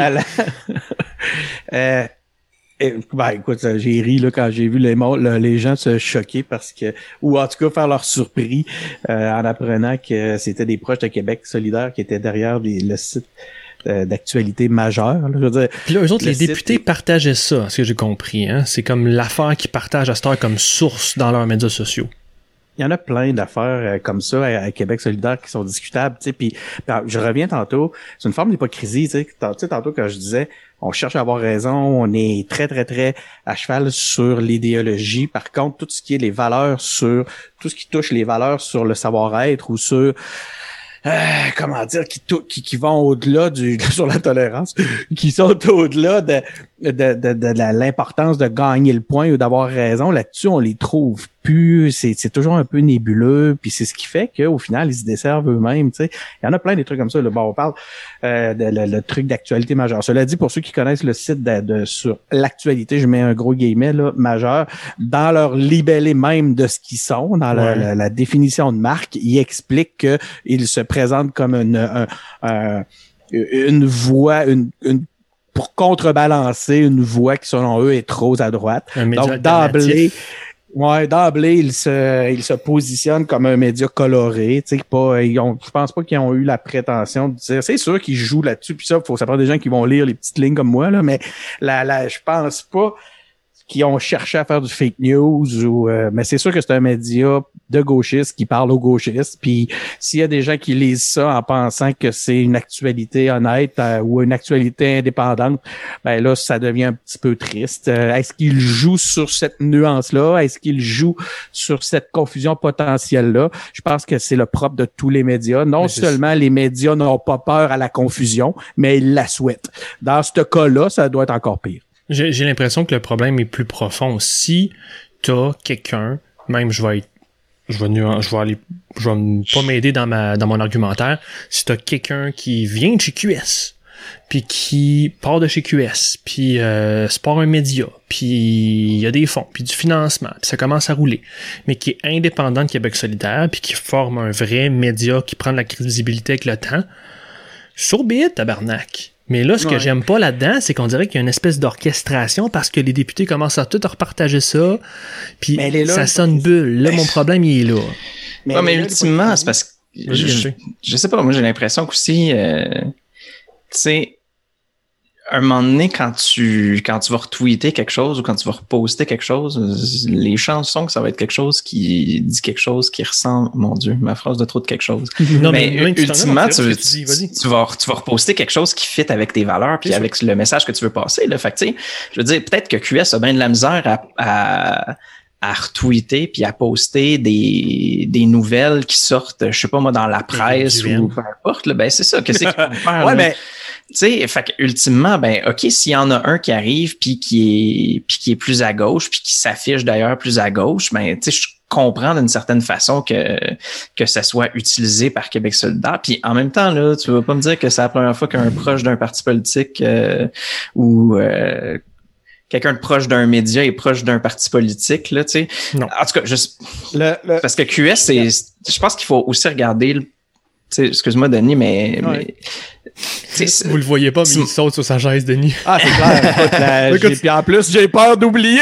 écoute, j'ai ri là quand j'ai vu les gens se choquer parce que, ou en tout cas faire leur surpris en apprenant que c'était des proches de Québec solidaire qui étaient derrière le site d'actualité majeure. Là, je veux dire, puis là, eux autres, les députés partageaient ça, ce que j'ai compris. Hein? C'est comme l'affaire qu'ils partagent à cette heure comme source dans leurs médias sociaux. Il y en a plein d'affaires comme ça à Québec solidaire qui sont discutables, tu sais, puis je reviens tantôt, c'est une forme d'hypocrisie, tu sais, tantôt quand je disais on cherche à avoir raison, on est très très très à cheval sur l'idéologie. Par contre, tout ce qui est les valeurs tout ce qui touche les valeurs sur le savoir-être ou sur comment dire, qui vont au-delà sur la tolérance, qui sont au-delà l'importance de gagner le point ou d'avoir raison, là-dessus, on les trouve plus. C'est toujours un peu nébuleux, puis c'est ce qui fait qu'au final, ils se desservent eux-mêmes. Tu sais, il y en a plein des trucs comme ça. Là. Bon, on parle le truc d'actualité majeure. Cela dit, pour ceux qui connaissent le site sur l'actualité, je mets un gros guillemet là, majeur, dans leur libellé même de ce qu'ils sont, dans la définition de marque, ils expliquent qu'ils se présentent comme une voix, pour contrebalancer une voix qui, selon eux, est trop à droite. Donc, d'emblée, ils se positionnent comme un média coloré. Tu sais, je pense pas qu'ils ont eu la prétention de dire. C'est sûr qu'ils jouent là-dessus. Puis ça prend des gens qui vont lire les petites lignes comme moi là. Mais je pense pas qui ont cherché à faire du fake news mais c'est sûr que c'est un média de gauchistes qui parle aux gauchistes. Puis s'il y a des gens qui lisent ça en pensant que c'est une actualité honnête ou une actualité indépendante, ben là ça devient un petit peu triste. Est-ce qu'ils jouent sur cette nuance-là? Est-ce qu'ils jouent sur cette confusion potentielle-là? Je pense que c'est le propre de tous les médias. Non seulement les médias n'ont pas peur à la confusion, mais ils la souhaitent. Dans ce cas-là, ça doit être encore pire. J'ai l'impression que le problème est plus profond. Si t'as quelqu'un, même je vais pas m'aider dans mon argumentaire, si t'as quelqu'un qui vient de chez QS, puis qui part de chez QS, puis c'est pas un média, puis il y a des fonds, puis du financement, puis ça commence à rouler, mais qui est indépendant de Québec solidaire, puis qui forme un vrai média qui prend de la crédibilité avec le temps, so be it, tabarnak. Mais là, ce que j'aime pas là-dedans, c'est qu'on dirait qu'il y a une espèce d'orchestration parce que les députés commencent à tout repartager ça, puis ça sonne bulle. Là, mon problème, il est là. Mais ultimement, c'est parce que je sais pas, moi j'ai l'impression qu'aussi, tu sais, un moment donné, quand tu vas retweeter quelque chose ou quand tu vas reposter quelque chose, les chances sont que ça va être quelque chose qui dit quelque chose qui ressemble, mon Dieu, ma phrase de trop de quelque chose. Non, mais ultimement, tu vas reposter quelque chose qui fit avec tes valeurs puis avec le message que tu veux passer. Là. Fait que, tu sais, je veux dire, peut-être que QS a bien de la misère à retweeter puis à poster des nouvelles qui sortent, je sais pas moi, dans la presse ou peu importe. Là, ben c'est ça. Qu'est-ce qu'ils vont faire? Ouais, mais tu sais, fait que ultimement, ben ok, s'il y en a un qui arrive puis qui est plus à gauche puis qui s'affiche d'ailleurs plus à gauche, ben tu sais, je comprends d'une certaine façon que ça soit utilisé par Québec solidaire. Puis en même temps là, tu vas pas me dire que c'est la première fois qu'un proche d'un parti politique ou quelqu'un de proche d'un média est proche d'un parti politique, là, tu sais. Non. En tout cas, parce que QS, je pense qu'il faut aussi regarder, tu sais, excuse-moi, Denis, mais vous le voyez pas, mais il saute sur sa chaise, Denis. Ah, c'est clair. Puis en plus, j'ai peur d'oublier.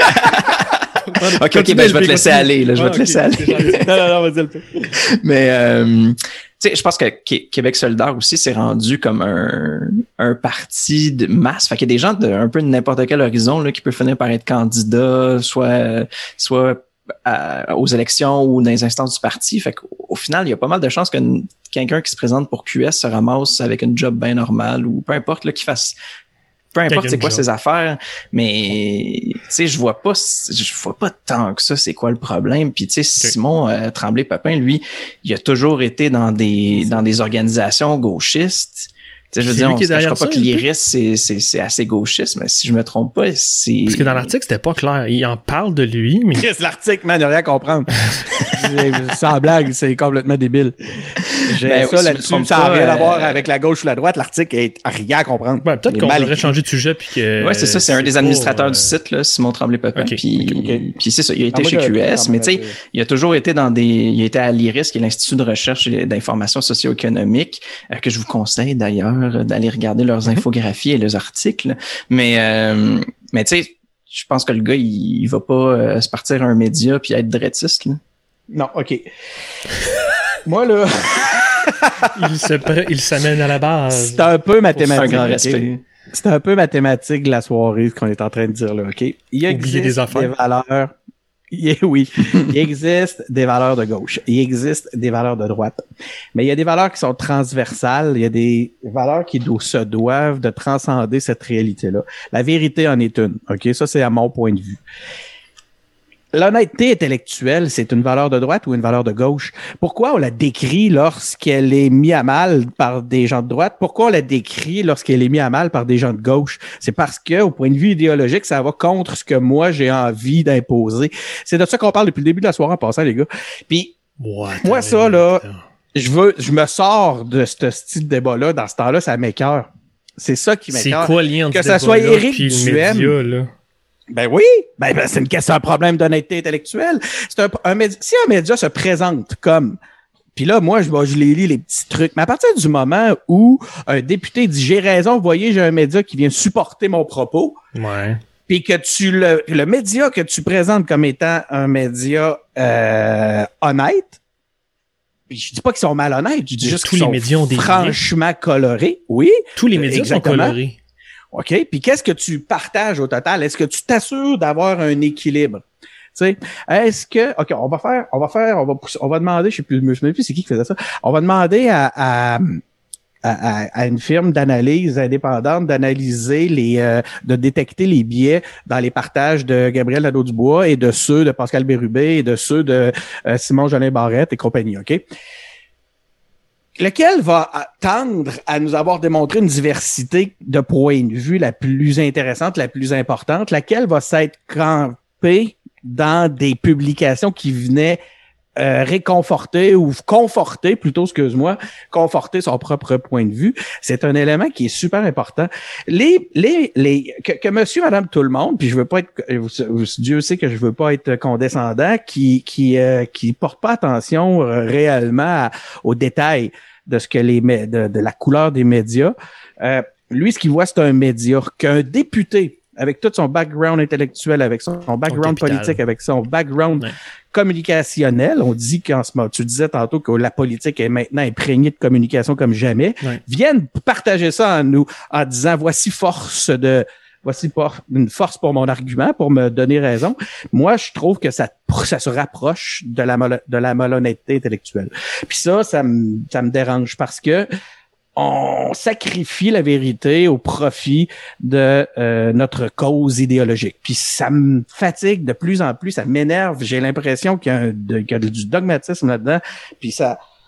OK, ben je vais te laisser aller, là, je vais te laisser aller. Non, vas-y le peu. Mais tu sais, je pense que Québec solidaire aussi s'est rendu comme un parti de masse. Fait qu'il y a des gens un peu de n'importe quel horizon là, qui peuvent finir par être candidats, soit aux élections ou dans les instances du parti. Fait qu'au final, il y a pas mal de chances que quelqu'un qui se présente pour QS se ramasse avec une job bien normale ou peu importe là, qu'il fasse. Peu importe c'est quoi ses affaires, mais tu sais, je vois pas tant que ça c'est quoi le problème. Puis tu sais, Simon Tremblay-Papin, lui, il a toujours été dans des organisations gauchistes. Tu sais, je veux dire, on ne cachera pas que l'IRIS, c'est assez gauchiste, mais si je me trompe pas, c'est... Parce que dans l'article, c'était pas clair. Il en parle de lui, mais... Qu'est-ce l'article, man? Il n'y a rien à comprendre. Sans blague, c'est complètement débile. Ça là-dessus, ça n'a rien à voir avec la gauche ou la droite. L'article est rien à comprendre. Ouais, peut-être qu'on devrait changer de sujet. Puis que ouais, c'est ça. C'est un des administrateurs du site, là, Simon Tremblay-Papin. Okay. Puis c'est ça. Il a été chez QS, mais tu sais, il a toujours été il a été à l'IRIS, qui est l'Institut de recherche et d'information socio-économique, que je vous conseille d'ailleurs d'aller regarder leurs infographies et leurs articles. Mais tu sais, je pense que le gars, il va pas se partir à un média puis être drettiste, là. Non, OK. Moi, là... il s'amène à la base. C'est un peu mathématique. Un grand respect. Okay? C'est un peu mathématique de la soirée, ce qu'on est en train de dire là, OK? Il existe des valeurs... Oui, il existe des valeurs de gauche. Il existe des valeurs de droite. Mais il y a des valeurs qui sont transversales. Il y a des valeurs qui se doivent de transcender cette réalité-là. La vérité en est une, OK? Ça, c'est à mon point de vue. l'honnêteté intellectuelle, c'est une valeur de droite ou une valeur de gauche? Pourquoi on la décrit lorsqu'elle est mise à mal par des gens de droite? Pourquoi on la décrit lorsqu'elle est mise à mal par des gens de gauche? C'est parce que, au point de vue idéologique, ça va contre ce que moi, j'ai envie d'imposer. C'est de ça qu'on parle depuis le début de la soirée en passant, les gars. Puis, moi, ça, là, je me sors de ce style de débat-là. Dans ce temps-là, ça m'écoeure. C'est ça qui m'écoeure. C'est quoi le lien entre que ça soit Éric Duhem, là? Ben oui, c'est un problème d'honnêteté intellectuelle. C'est si un média se présente comme, puis là, moi, je les lis les petits trucs, mais à partir du moment où un député dit j'ai raison, vous voyez, j'ai un média qui vient supporter mon propos, ouais, puis que le média que tu présentes comme étant un média honnête, puis je dis pas qu'ils sont malhonnêtes, je dis juste qu'ils sont franchement colorés, oui. Tous les médias sont colorés. OK. Puis qu'est-ce que tu partages au total? Est-ce que tu t'assures d'avoir un équilibre? Tu sais, est-ce que, OK, on va demander, je me souviens plus c'est qui faisait ça. On va demander à une firme d'analyse indépendante d'analyser de détecter les biais dans les partages de Gabriel Nadeau-Dubois et de ceux de Pascal Bérubé et de ceux de Simon Jolin Barrette et compagnie, OK? Lequel va tendre à nous avoir démontré une diversité de points de vue la plus intéressante, la plus importante, laquelle va s'être campée dans des publications qui venaient réconforter ou conforter, plutôt, excuse-moi, conforter son propre point de vue. C'est un élément qui est super important. Que monsieur, madame, tout le monde, puis je veux pas être, Dieu sait que je veux pas être condescendant, qui porte pas attention réellement aux détails de ce que de la couleur des médias. Lui, ce qu'il voit, c'est un média qu'un député, avec tout son background intellectuel, avec son background politique, avec son background communicationnel, on dit qu'en ce moment, tu disais tantôt que la politique est maintenant imprégnée de communication comme jamais, viennent partager ça en disant voici une force pour mon argument, pour me donner raison. Moi, je trouve que ça se rapproche de la malhonnêteté intellectuelle. Puis ça me dérange parce que on sacrifie la vérité au profit de notre cause idéologique. Puis ça me fatigue de plus en plus, ça m'énerve. J'ai l'impression qu'il y a du dogmatisme là-dedans. Puis c'est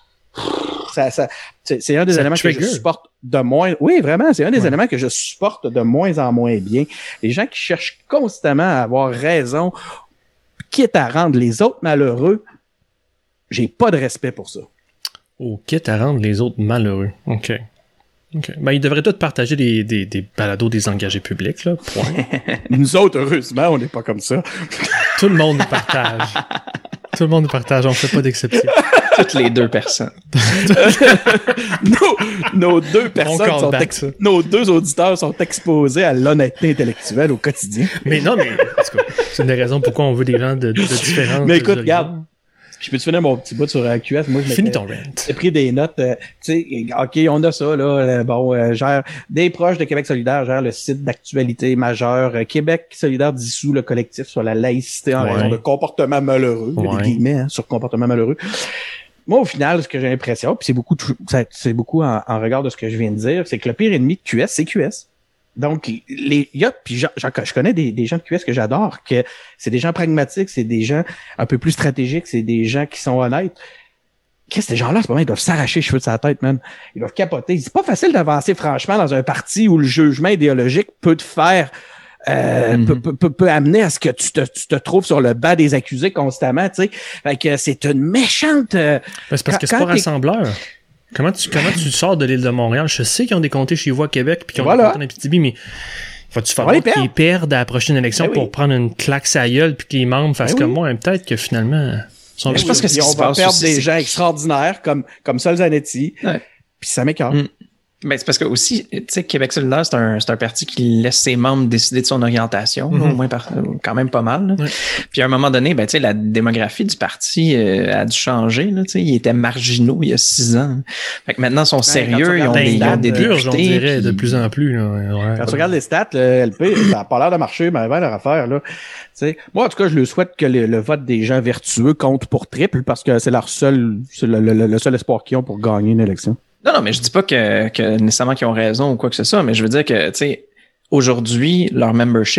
un des éléments que je supporte de moins. Oui, vraiment, c'est un des éléments que je supporte de moins en moins bien. Les gens qui cherchent constamment à avoir raison, quitte à rendre les autres malheureux, j'ai pas de respect pour ça. Oh, quitte à rendre les autres malheureux. OK. Ben, ils devraient tous partager des balados des engagés publics, là. Point. Nous autres, heureusement, on n'est pas comme ça. Tout le monde nous partage. Tout le monde nous partage, on fait pas d'exception. Toutes les deux personnes. nos deux personnes nos deux auditeurs sont exposés à l'honnêteté intellectuelle au quotidien. Mais non, mais c'est une des raisons pourquoi on veut des gens de différents. Mais écoute, regarde. Je peux te finir mon petit bout sur QS. Moi, Finis ton rant. J'ai pris des notes. Tu sais, OK, on a ça, là. Gère des proches de Québec solidaire, gère le site d'actualité majeur. Québec solidaire dissout le collectif sur la laïcité en raison de comportements malheureux. Il y a des guillemets sur comportements malheureux. Moi, au final, ce que j'ai l'impression, puis c'est beaucoup en regard de ce que je viens de dire, c'est que le pire ennemi de QS, c'est QS. Donc, je connais des gens de QS que j'adore, que c'est des gens pragmatiques, c'est des gens un peu plus stratégiques, c'est des gens qui sont honnêtes. Qu'est-ce que ces gens-là, à ce moment, ils doivent s'arracher les cheveux de sa tête, man. Ils doivent capoter. C'est pas facile d'avancer franchement dans un parti où le jugement idéologique peut te faire, peut amener à ce que tu te trouves sur le banc des accusés constamment, tu sais. Fait que c'est une méchante... c'est parce que c'est pas rassembleur. Comment tu sors de l'île de Montréal? Je sais qu'ils ont des comtés chez vous à Québec puis qu'ils ont des comtés en Abitibi, mais faut-tu faire qu'ils perdent à la prochaine élection pour prendre une claque sa gueule puis que les membres fassent comme moi? Peut-être que finalement... je pense que on va perdre des gens extraordinaires comme Sol Zanetti, puis ça m'écoeure. Ben, c'est parce que aussi, tu sais, Québec solidaire, c'est un parti qui laisse ses membres décider de son orientation, au moins quand même pas mal. Puis à un moment donné, ben, tu sais, la démographie du parti a dû changer. Tu sais, ils étaient marginaux il y a 6 ans. Fait que maintenant, ils sont sérieux, ils ont des députés. On dirait de plus en plus. Quand tu regardes les stats, le LP, ça n'a pas l'air de marcher, mais leur affaire, là. T'sais, moi, en tout cas, je le souhaite que le vote des gens vertueux compte pour triple parce que c'est le seul espoir qu'ils ont pour gagner une élection. Non, mais je dis pas que nécessairement qu'ils ont raison ou quoi que ce soit, mais je veux dire que, tu sais, aujourd'hui, leur membership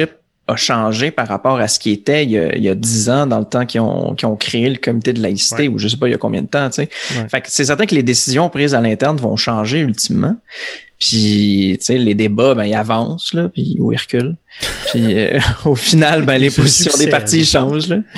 a changé par rapport à ce qui était il y a 10 ans, dans le temps qu'ils ont créé le comité de laïcité, ou je sais pas il y a combien de temps, tu sais. Fait que c'est certain que les décisions prises à l'interne vont changer ultimement. Puis, tu sais, les débats, ben, ils avancent, là, puis ou ils reculent. Puis, au final, ben, les positions des partis changent, là.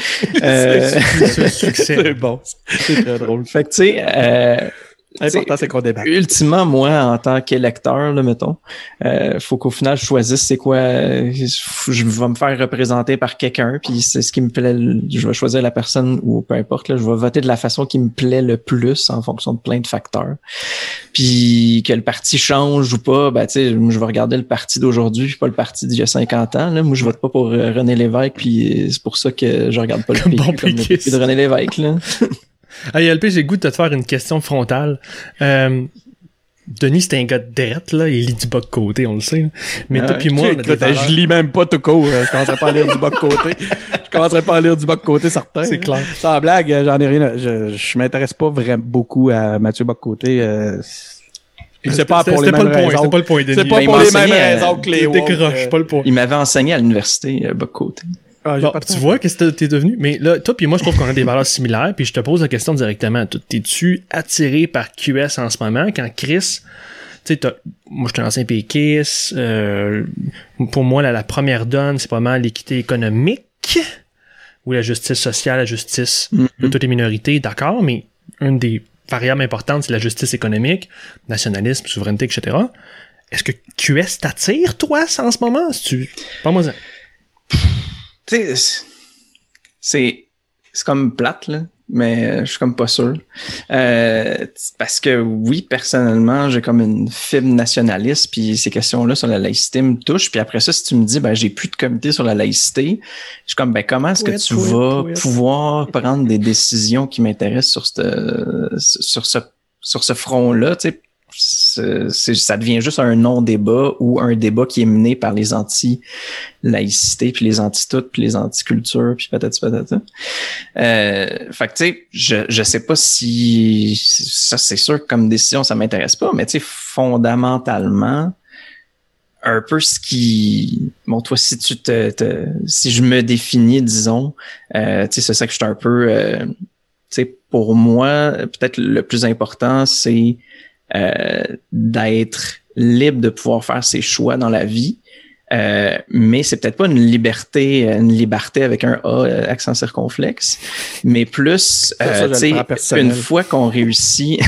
C'est bon. C'est très drôle. Fait que, tu sais, l'important, c'est qu'on débatte. Ultimement, moi, en tant qu'électeur, là, mettons, faut qu'au final, je choisisse c'est quoi, je vais me faire représenter par quelqu'un, puis c'est ce qui me plaît, je vais choisir la personne ou peu importe, là, je vais voter de la façon qui me plaît le plus en fonction de plein de facteurs. Puis que le parti change ou pas, ben, tu sais, je vais regarder le parti d'aujourd'hui, puis pas le parti d'il y a 50 ans, là. Moi, je vote pas pour René Lévesque, puis c'est pour ça que je regarde pas le PQ comme le PQ de René Lévesque, là. Hey, LP, j'ai le goût de te faire une question frontale. Denis, c'est un gars de drette, là. Il lit du bas de côté, on le sait. Là. Mais toi puis moi, on a des valeurs. Je lis même pas tout court. Je commencerai pas à lire du bas de côté. Je commencerai pas à lire du bas de côté, certain. C'est clair. Sans blague, j'en ai rien. Je m'intéresse pas vraiment beaucoup à Mathieu Boccoté. C'est pas pour les mêmes raisons. C'était pas le point, Denis. C'est pas pour les mêmes raisons que les autres. Décroche, pas le point. Il m'avait enseigné à l'université, Boccoté. Bon, tu vois qu'est-ce que t'es devenu, mais là, toi puis moi, je trouve qu'on a des valeurs similaires, puis je te pose la question directement. T'es-tu attiré par QS en ce moment, quand Chris, tu sais, moi, je suis un ancien péquiste, pour moi, la première donne, c'est vraiment l'équité économique, ou la justice sociale, la justice de toutes les minorités, d'accord, mais une des variables importantes, c'est la justice économique, nationalisme, souveraineté, etc. Est-ce que QS t'attire, toi, en ce moment? Pas-moi ça. Tu sais, c'est comme plate, là, mais je suis comme pas sûr. Parce que oui, personnellement, j'ai comme une fibre nationaliste, puis ces questions-là sur la laïcité me touchent. Puis après ça, si tu me dis, ben j'ai plus de comité sur la laïcité, je suis comme, ben comment est-ce que tu vas pouvoir prendre des décisions qui m'intéressent sur ce front-là, tu sais? Ça devient juste un non-débat ou un débat qui est mené par les anti-laïcité, puis les anti-tout, puis les anti-culture, puis patati patata. Fait que tu sais, je sais pas si ça, c'est sûr que comme décision, ça m'intéresse pas, mais tu sais, fondamentalement, un peu ce qui... Bon, toi, si si je me définis, disons, tu sais, c'est ça que je suis un peu... tu sais, pour moi, peut-être le plus important, c'est d'être libre de pouvoir faire ses choix dans la vie, mais c'est peut-être pas une liberté avec un A accent circonflexe, mais plus une fois qu'on réussit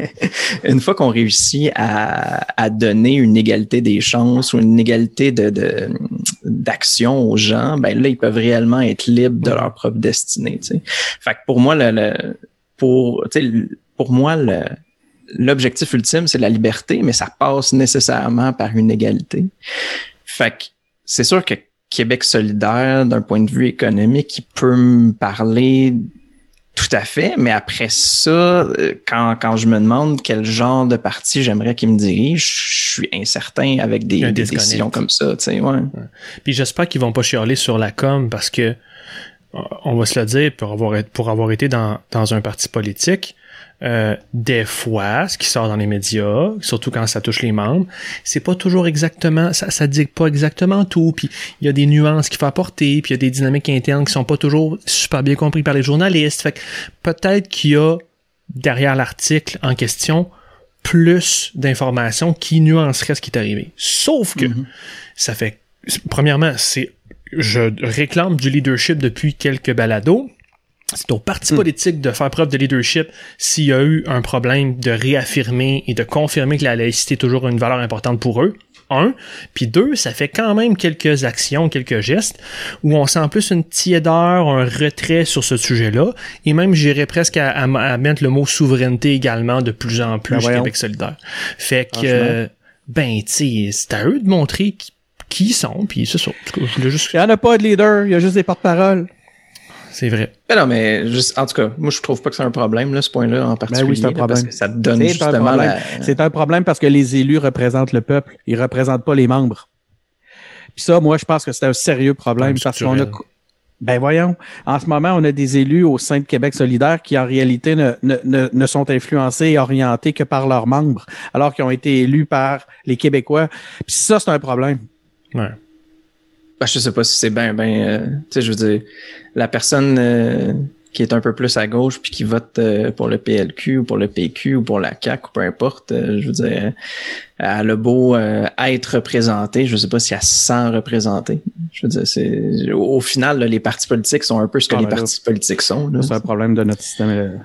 à donner une égalité des chances ou une égalité d'action aux gens, ben là ils peuvent réellement être libres de leur propre destinée, tu sais. Fait que pour moi l'objectif ultime, c'est la liberté, mais ça passe nécessairement par une égalité. Fait que c'est sûr que Québec solidaire, d'un point de vue économique, il peut me parler tout à fait, mais après ça, quand je me demande quel genre de parti j'aimerais qu'il me dirige, je suis incertain avec des décisions comme ça, tu sais, ouais. Puis j'espère qu'ils vont pas chialer sur la com, parce que, on va se le dire, pour avoir été dans un parti politique, des fois, ce qui sort dans les médias, surtout quand ça touche les membres, c'est pas toujours exactement, ça dit pas exactement tout, puis il y a des nuances qu'il faut apporter, puis il y a des dynamiques internes qui sont pas toujours super bien compris par les journalistes. Fait que peut-être qu'il y a derrière l'article en question plus d'informations qui nuanceraient ce qui est arrivé. Sauf que ça fait, premièrement, je réclame du leadership depuis quelques balados. C'est au parti politique de faire preuve de leadership s'il y a eu un problème de réaffirmer et de confirmer que la laïcité est toujours une valeur importante pour eux. Un. Puis deux, ça fait quand même quelques actions, quelques gestes où on sent plus une tiédeur, un retrait sur ce sujet-là. Et même, j'irais presque à mettre le mot souveraineté également de plus en plus chez Québec solidaire. Fait que, tu sais, c'est à eux de montrer qui ils sont, puis c'est ça. Il n'y en a pas de leader, il y a juste des porte-paroles. C'est vrai. Ben non, mais juste, en tout cas, moi, je trouve pas que c'est un problème, là, ce point-là, en particulier. Ben oui, c'est un problème. Parce que ça te donne justement C'est un problème parce que les élus représentent le peuple. Ils représentent pas les membres. Puis ça, moi, je pense que c'est un sérieux problème parce qu'on a... Ben voyons, en ce moment, on a des élus au sein de Québec solidaire qui, en réalité, ne sont influencés et orientés que par leurs membres, alors qu'ils ont été élus par les Québécois. Puis ça, c'est un problème. Ouais. Je sais pas si c'est tu sais, je veux dire, la personne qui est un peu plus à gauche puis qui vote pour le PLQ ou pour le PQ ou pour la CAQ ou peu importe, je veux dire, elle a beau être représentée, je sais pas si elle se sent représentée. Je veux dire, au final, là, les partis politiques sont un peu ce que les partis politiques sont. Là. C'est un problème de notre système.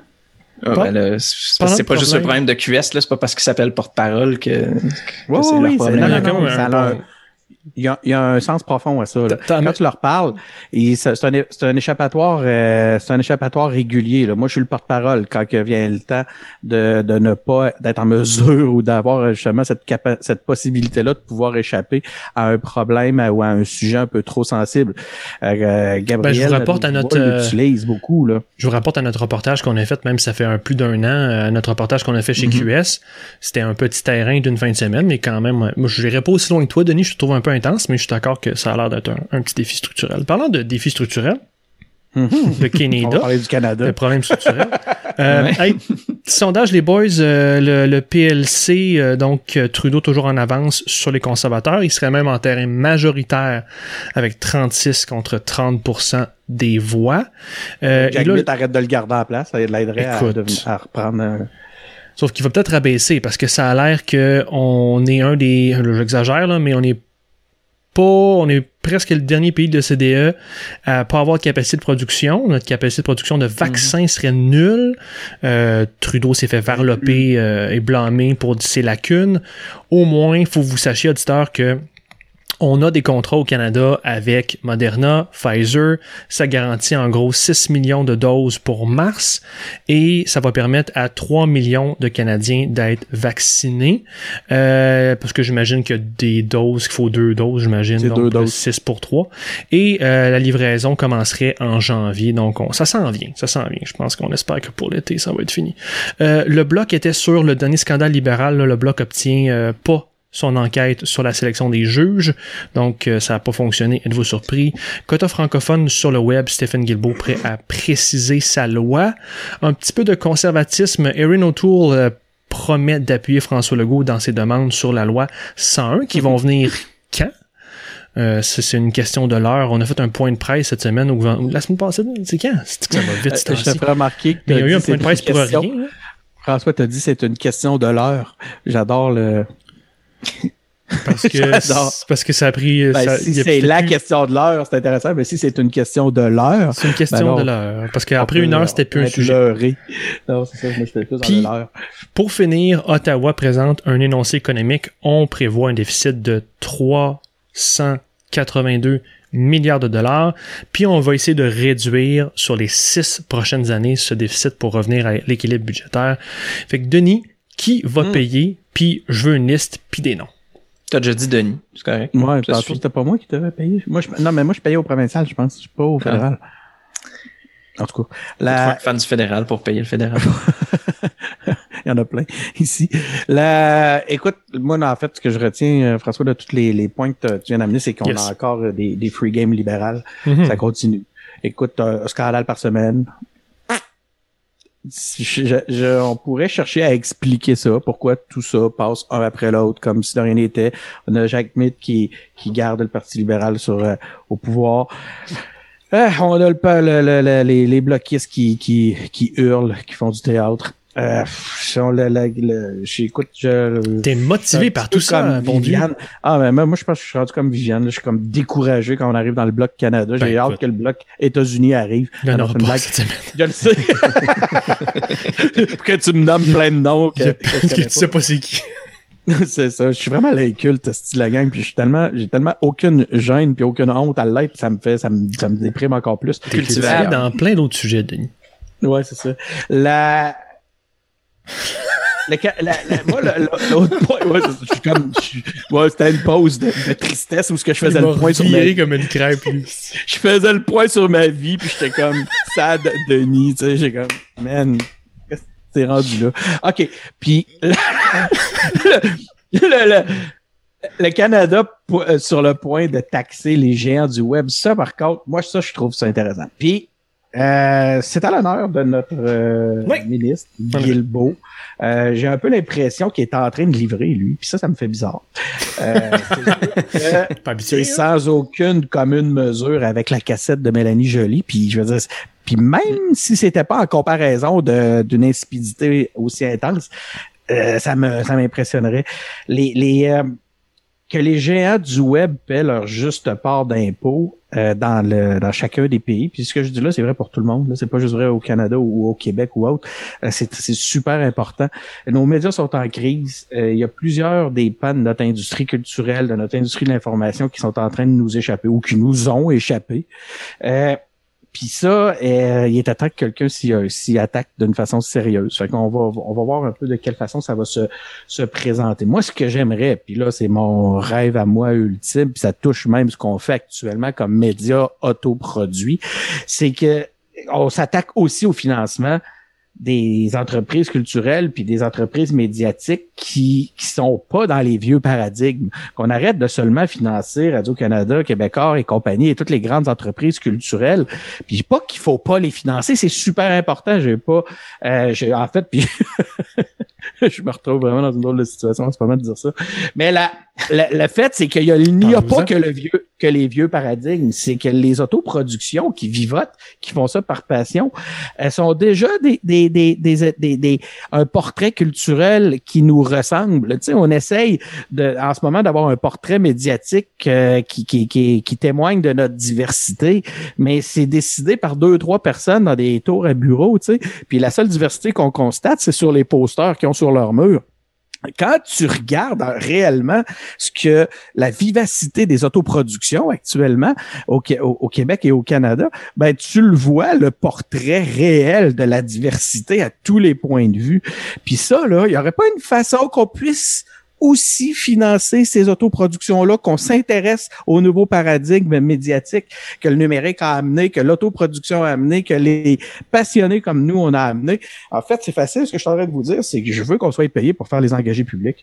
C'est pas juste un problème de QS, là, c'est pas parce qu'il s'appelle porte-parole que c'est leur problème. Il y a un sens profond à ça. Là. Quand tu leur parles, c'est un échappatoire régulier. Là. Moi, je suis le porte-parole quand vient le temps de ne pas d'être en mesure ou d'avoir justement cette possibilité-là de pouvoir échapper à un problème ou à un sujet un peu trop sensible. Gabriel, je vous rapporte l'utilise beaucoup. Là. Je vous rapporte à notre reportage qu'on a fait, même si ça fait plus d'un an, notre reportage qu'on a fait chez QS. C'était un petit terrain d'une fin de semaine, mais quand même, moi, je n'irais pas aussi loin que toi, Denis, je te trouve un peu intense, mais je suis d'accord que ça a l'air d'être un petit défi structurel. Parlant de défi structurel, le Canada, on va parler du Canada. le problème structurel. Petit sondage, les boys, le PLC, donc Trudeau toujours en avance sur les conservateurs. Il serait même en terrain majoritaire avec 36 contre 30% des voix. Jack Mitt arrête de le garder en place, ça l'aiderait à reprendre... Sauf qu'il va peut-être rabaisser parce que ça a l'air qu'on est un des... J'exagère, là, mais on est presque le dernier pays de CDE à pas avoir de capacité de production. Notre capacité de production de vaccins serait nulle. Trudeau s'est fait varloper et blâmer pour ses lacunes. Au moins, il faut que vous sachiez, auditeurs, que on a des contrats au Canada avec Moderna, Pfizer. Ça garantit en gros 6 millions de doses pour mars et ça va permettre à 3 millions de Canadiens d'être vaccinés. Parce que j'imagine qu'il y a des doses, qu'il faut 2 doses, j'imagine. C'est donc 2 doses. 6 pour 3. Et la livraison commencerait en janvier. Donc ça s'en vient. Je pense qu'on espère que pour l'été, ça va être fini. Le Bloc était sur le dernier scandale libéral. Là, le Bloc obtient pas son enquête sur la sélection des juges. Donc, ça n'a pas fonctionné. Êtes-vous surpris? Quota francophone sur le web, Stephen Guilbeault prêt à préciser sa loi. Un petit peu de conservatisme. Erin O'Toole promet d'appuyer François Legault dans ses demandes sur la loi 101 qui vont venir quand? C'est une question de l'heure. On a fait un point de presse cette semaine ou la semaine passée. C'est quand? C'est que ça va vite. Je te ferai remarquer que il y a eu un point de presse pour rien. Hein? François t'a dit c'est une question de l'heure. J'adore le... Parce que ça a pris... si c'est la question de l'heure, c'est intéressant, mais si c'est une question de l'heure... C'est une question de l'heure. Parce qu'après une heure, c'était plus un sujet. Non, c'est ça, moi j'étais plus Puis, dans l'heure. Pour finir, Ottawa présente un énoncé économique. On prévoit un déficit de 382 milliards de dollars. Puis on va essayer de réduire sur les 6 prochaines années ce déficit pour revenir à l'équilibre budgétaire. Fait que Denis, qui va payer? Puis je veux une liste, puis des noms. T'as déjà dit Denis, c'est correct. Ouais, c'était pas moi qui devais payer. Non, mais moi je payais au provincial, je pense. Je suis pas au fédéral. En tout cas. Faut être fan du fédéral pour payer le fédéral. Il y en a plein ici. Écoute, moi, en fait, ce que je retiens, François, de tous les points que tu viens d'amener, c'est qu'on a encore des free games libérales. Ça continue. Écoute, un scandale par semaine. On pourrait chercher à expliquer ça, pourquoi tout ça passe un après l'autre, comme si de rien n'était. On a Jack Mitt qui garde le Parti libéral au pouvoir. On a les bloquistes qui hurlent, qui font du théâtre. T'es motivé par tout ça, bon Dieu. Mais moi, je pense que je suis rendu comme Viviane. Je suis comme découragé quand on arrive dans le bloc Canada. J'ai hâte que le bloc États-Unis arrive. Il y en aura pas cette semaine. Je le sais. Pour que tu me nommes plein de noms. Que tu sais pas c'est qui. C'est ça. Je suis vraiment l'inculte, style la gang, puis j'ai tellement aucune gêne puis aucune honte à l'être, ça me déprime encore plus. T'es cultivé dans plein d'autres sujets, Denis. Ouais, c'est ça. Moi, l'autre point, c'était une pause de tristesse où ce que je faisais le point sur ma vie. Comme une crêpe. Je faisais le point sur ma vie, puis j'étais comme sad Denis, tu sais, j'ai comme, man, qu'est-ce que t'es rendu là? OK, puis le Canada sur le point de taxer les géants du web, ça, par contre, moi, ça, je trouve ça intéressant. Puis, C'est à l'honneur de notre ministre, Guilbeault. J'ai un peu l'impression qu'il est en train de livrer, lui, puis ça me fait bizarre. C'est sans aucune commune mesure avec la cassette de Mélanie Joly, puis je veux dire, puis même si c'était pas en comparaison d'une insipidité aussi intense, ça m'impressionnerait. Que les géants du web paient leur juste part d'impôts dans chacun des pays. Puis ce que je dis là, c'est vrai pour tout le monde. Là, c'est pas juste vrai au Canada ou au Québec ou autre. C'est super important. Nos médias sont en crise. Il y a plusieurs des pans de notre industrie culturelle, de notre industrie de l'information qui sont en train de nous échapper ou qui nous ont échappé. Puis ça, il est à temps que quelqu'un s'y attaque d'une façon sérieuse. Fait qu'on va voir un peu de quelle façon ça va se présenter. Moi, ce que j'aimerais, puis là, c'est mon rêve à moi ultime, puis ça touche même ce qu'on fait actuellement comme médias autoproduits, c'est que on s'attaque aussi au financement des entreprises culturelles puis des entreprises médiatiques qui sont pas dans les vieux paradigmes, qu'on arrête de seulement financer Radio-Canada, Québécois et compagnie et toutes les grandes entreprises culturelles. Puis pas qu'il faut pas les financer, c'est super important. En fait, puis je me retrouve vraiment dans une drôle de situation, c'est pas mal de dire ça. Mais le fait, c'est qu'il n'y a pas que les vieux paradigmes, c'est que les autoproductions qui vivotent, qui font ça par passion, elles sont déjà un portrait culturel qui nous ressemble. Tu sais, on essaye en ce moment d'avoir un portrait médiatique qui témoigne de notre diversité, mais c'est décidé par 2-3 personnes dans des tours à bureau, tu sais. Puis la seule diversité qu'on constate, c'est sur les posters qu'ils ont sur leur mur. Quand tu regardes réellement ce que la vivacité des autoproductions actuellement au Québec et au Canada, ben tu le vois, le portrait réel de la diversité à tous les points de vue. Puis ça, là, il n'y aurait pas une façon qu'on puisse aussi financer ces autoproductions-là, qu'on s'intéresse au nouveau paradigme médiatique que le numérique a amené, que l'autoproduction a amené, que les passionnés comme nous, on a amené. En fait, c'est facile. Ce que je suis en train de vous dire, c'est que je veux qu'on soit payé pour faire les engagés publics.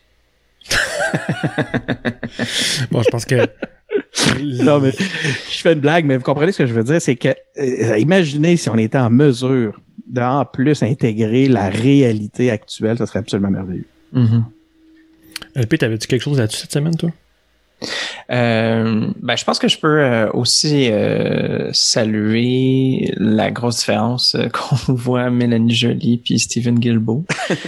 Bon, je pense que... Non, mais je fais une blague, mais vous comprenez ce que je veux dire, c'est que imaginez si on était en mesure d'en plus intégrer la réalité actuelle, ça serait absolument merveilleux. Mm-hmm. LP, t'avais-tu quelque chose là-dessus cette semaine, toi? Je pense que je peux aussi saluer la grosse différence qu'on voit Mélanie Joly puis Stephen Guilbeault.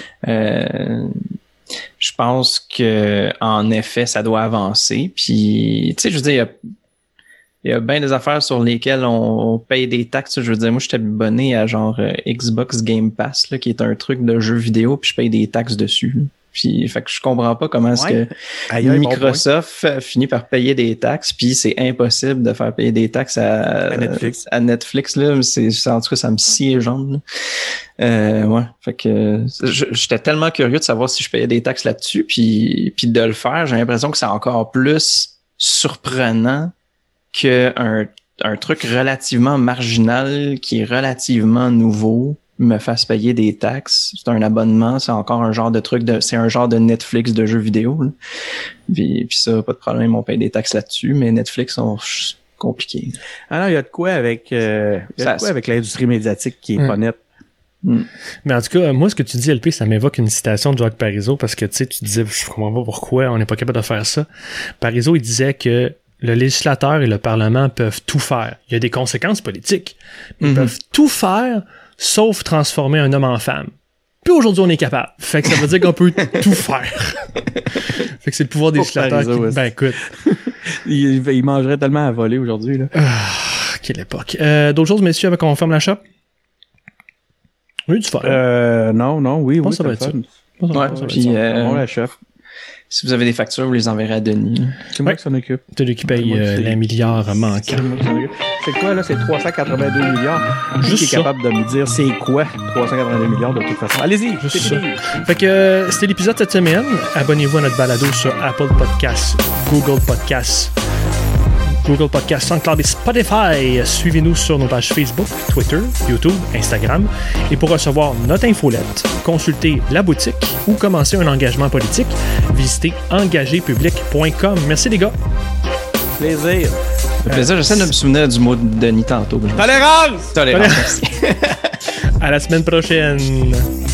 Je pense que en effet, ça doit avancer. Puis, tu sais, je veux dire, il y a bien des affaires sur lesquelles on paye des taxes. Je veux dire, moi, je suis abonné à genre Xbox Game Pass, là, qui est un truc de jeu vidéo, puis je paye des taxes dessus. Là. Puis, fait que je comprends pas comment est-ce que Microsoft finit par payer des taxes, puis c'est impossible de faire payer des taxes à Netflix là. En tout cas, ça me scie les jambes. Ouais. Fait que j'étais tellement curieux de savoir si je payais des taxes là-dessus, puis de le faire, j'ai l'impression que c'est encore plus surprenant qu'un truc relativement marginal qui est relativement nouveau me fasse payer des taxes. C'est un abonnement, c'est encore un genre de truc c'est un genre de Netflix de jeux vidéo. Là. Puis ça, pas de problème, on paye des taxes là-dessus, mais Netflix sont compliqués. Ah non, il y a de quoi avec avec l'industrie médiatique qui est pas nette. Mais en tout cas, moi, ce que tu dis, LP, ça m'évoque une citation de Jacques Parizeau, parce que tu sais, tu disais, je comprends pas pourquoi on n'est pas capable de faire ça. Parizeau, il disait que le législateur et le Parlement peuvent tout faire. Il y a des conséquences politiques. Ils peuvent tout faire, sauf transformer un homme en femme. Puis aujourd'hui, on est capable. Fait que ça veut dire qu'on peut tout faire. Fait que c'est le pouvoir des législateurs qui... Ben écoute. il mangerait tellement à voler aujourd'hui, là. Quelle époque. D'autres choses, messieurs, avant qu'on ferme la shop? Oui, du fun. Non, oui, ça va être ça. Puis on la shop. Si vous avez des factures, vous les enverrez à Denis. C'est moi qui s'en occupe. C'est lui qui paye les milliards manquants. C'est quoi, là? C'est 382 milliards. Juste qui est capable de me dire c'est quoi 382 milliards de toute façon. Allez-y, c'est ça. Fait que c'était l'épisode cette semaine. Abonnez-vous à notre balado sur Apple Podcasts, Google Podcasts, SoundCloud et Spotify. Suivez-nous sur nos pages Facebook, Twitter, YouTube, Instagram. Et pour recevoir notre infolette, consultez la boutique ou commencer un engagement politique, visitez engagépublic.com. Merci les gars. Plaisir. Ça fait plaisir. J'essaie de me souvenir du mot de Denis tantôt. Tolérance! Tolérance. À la semaine prochaine.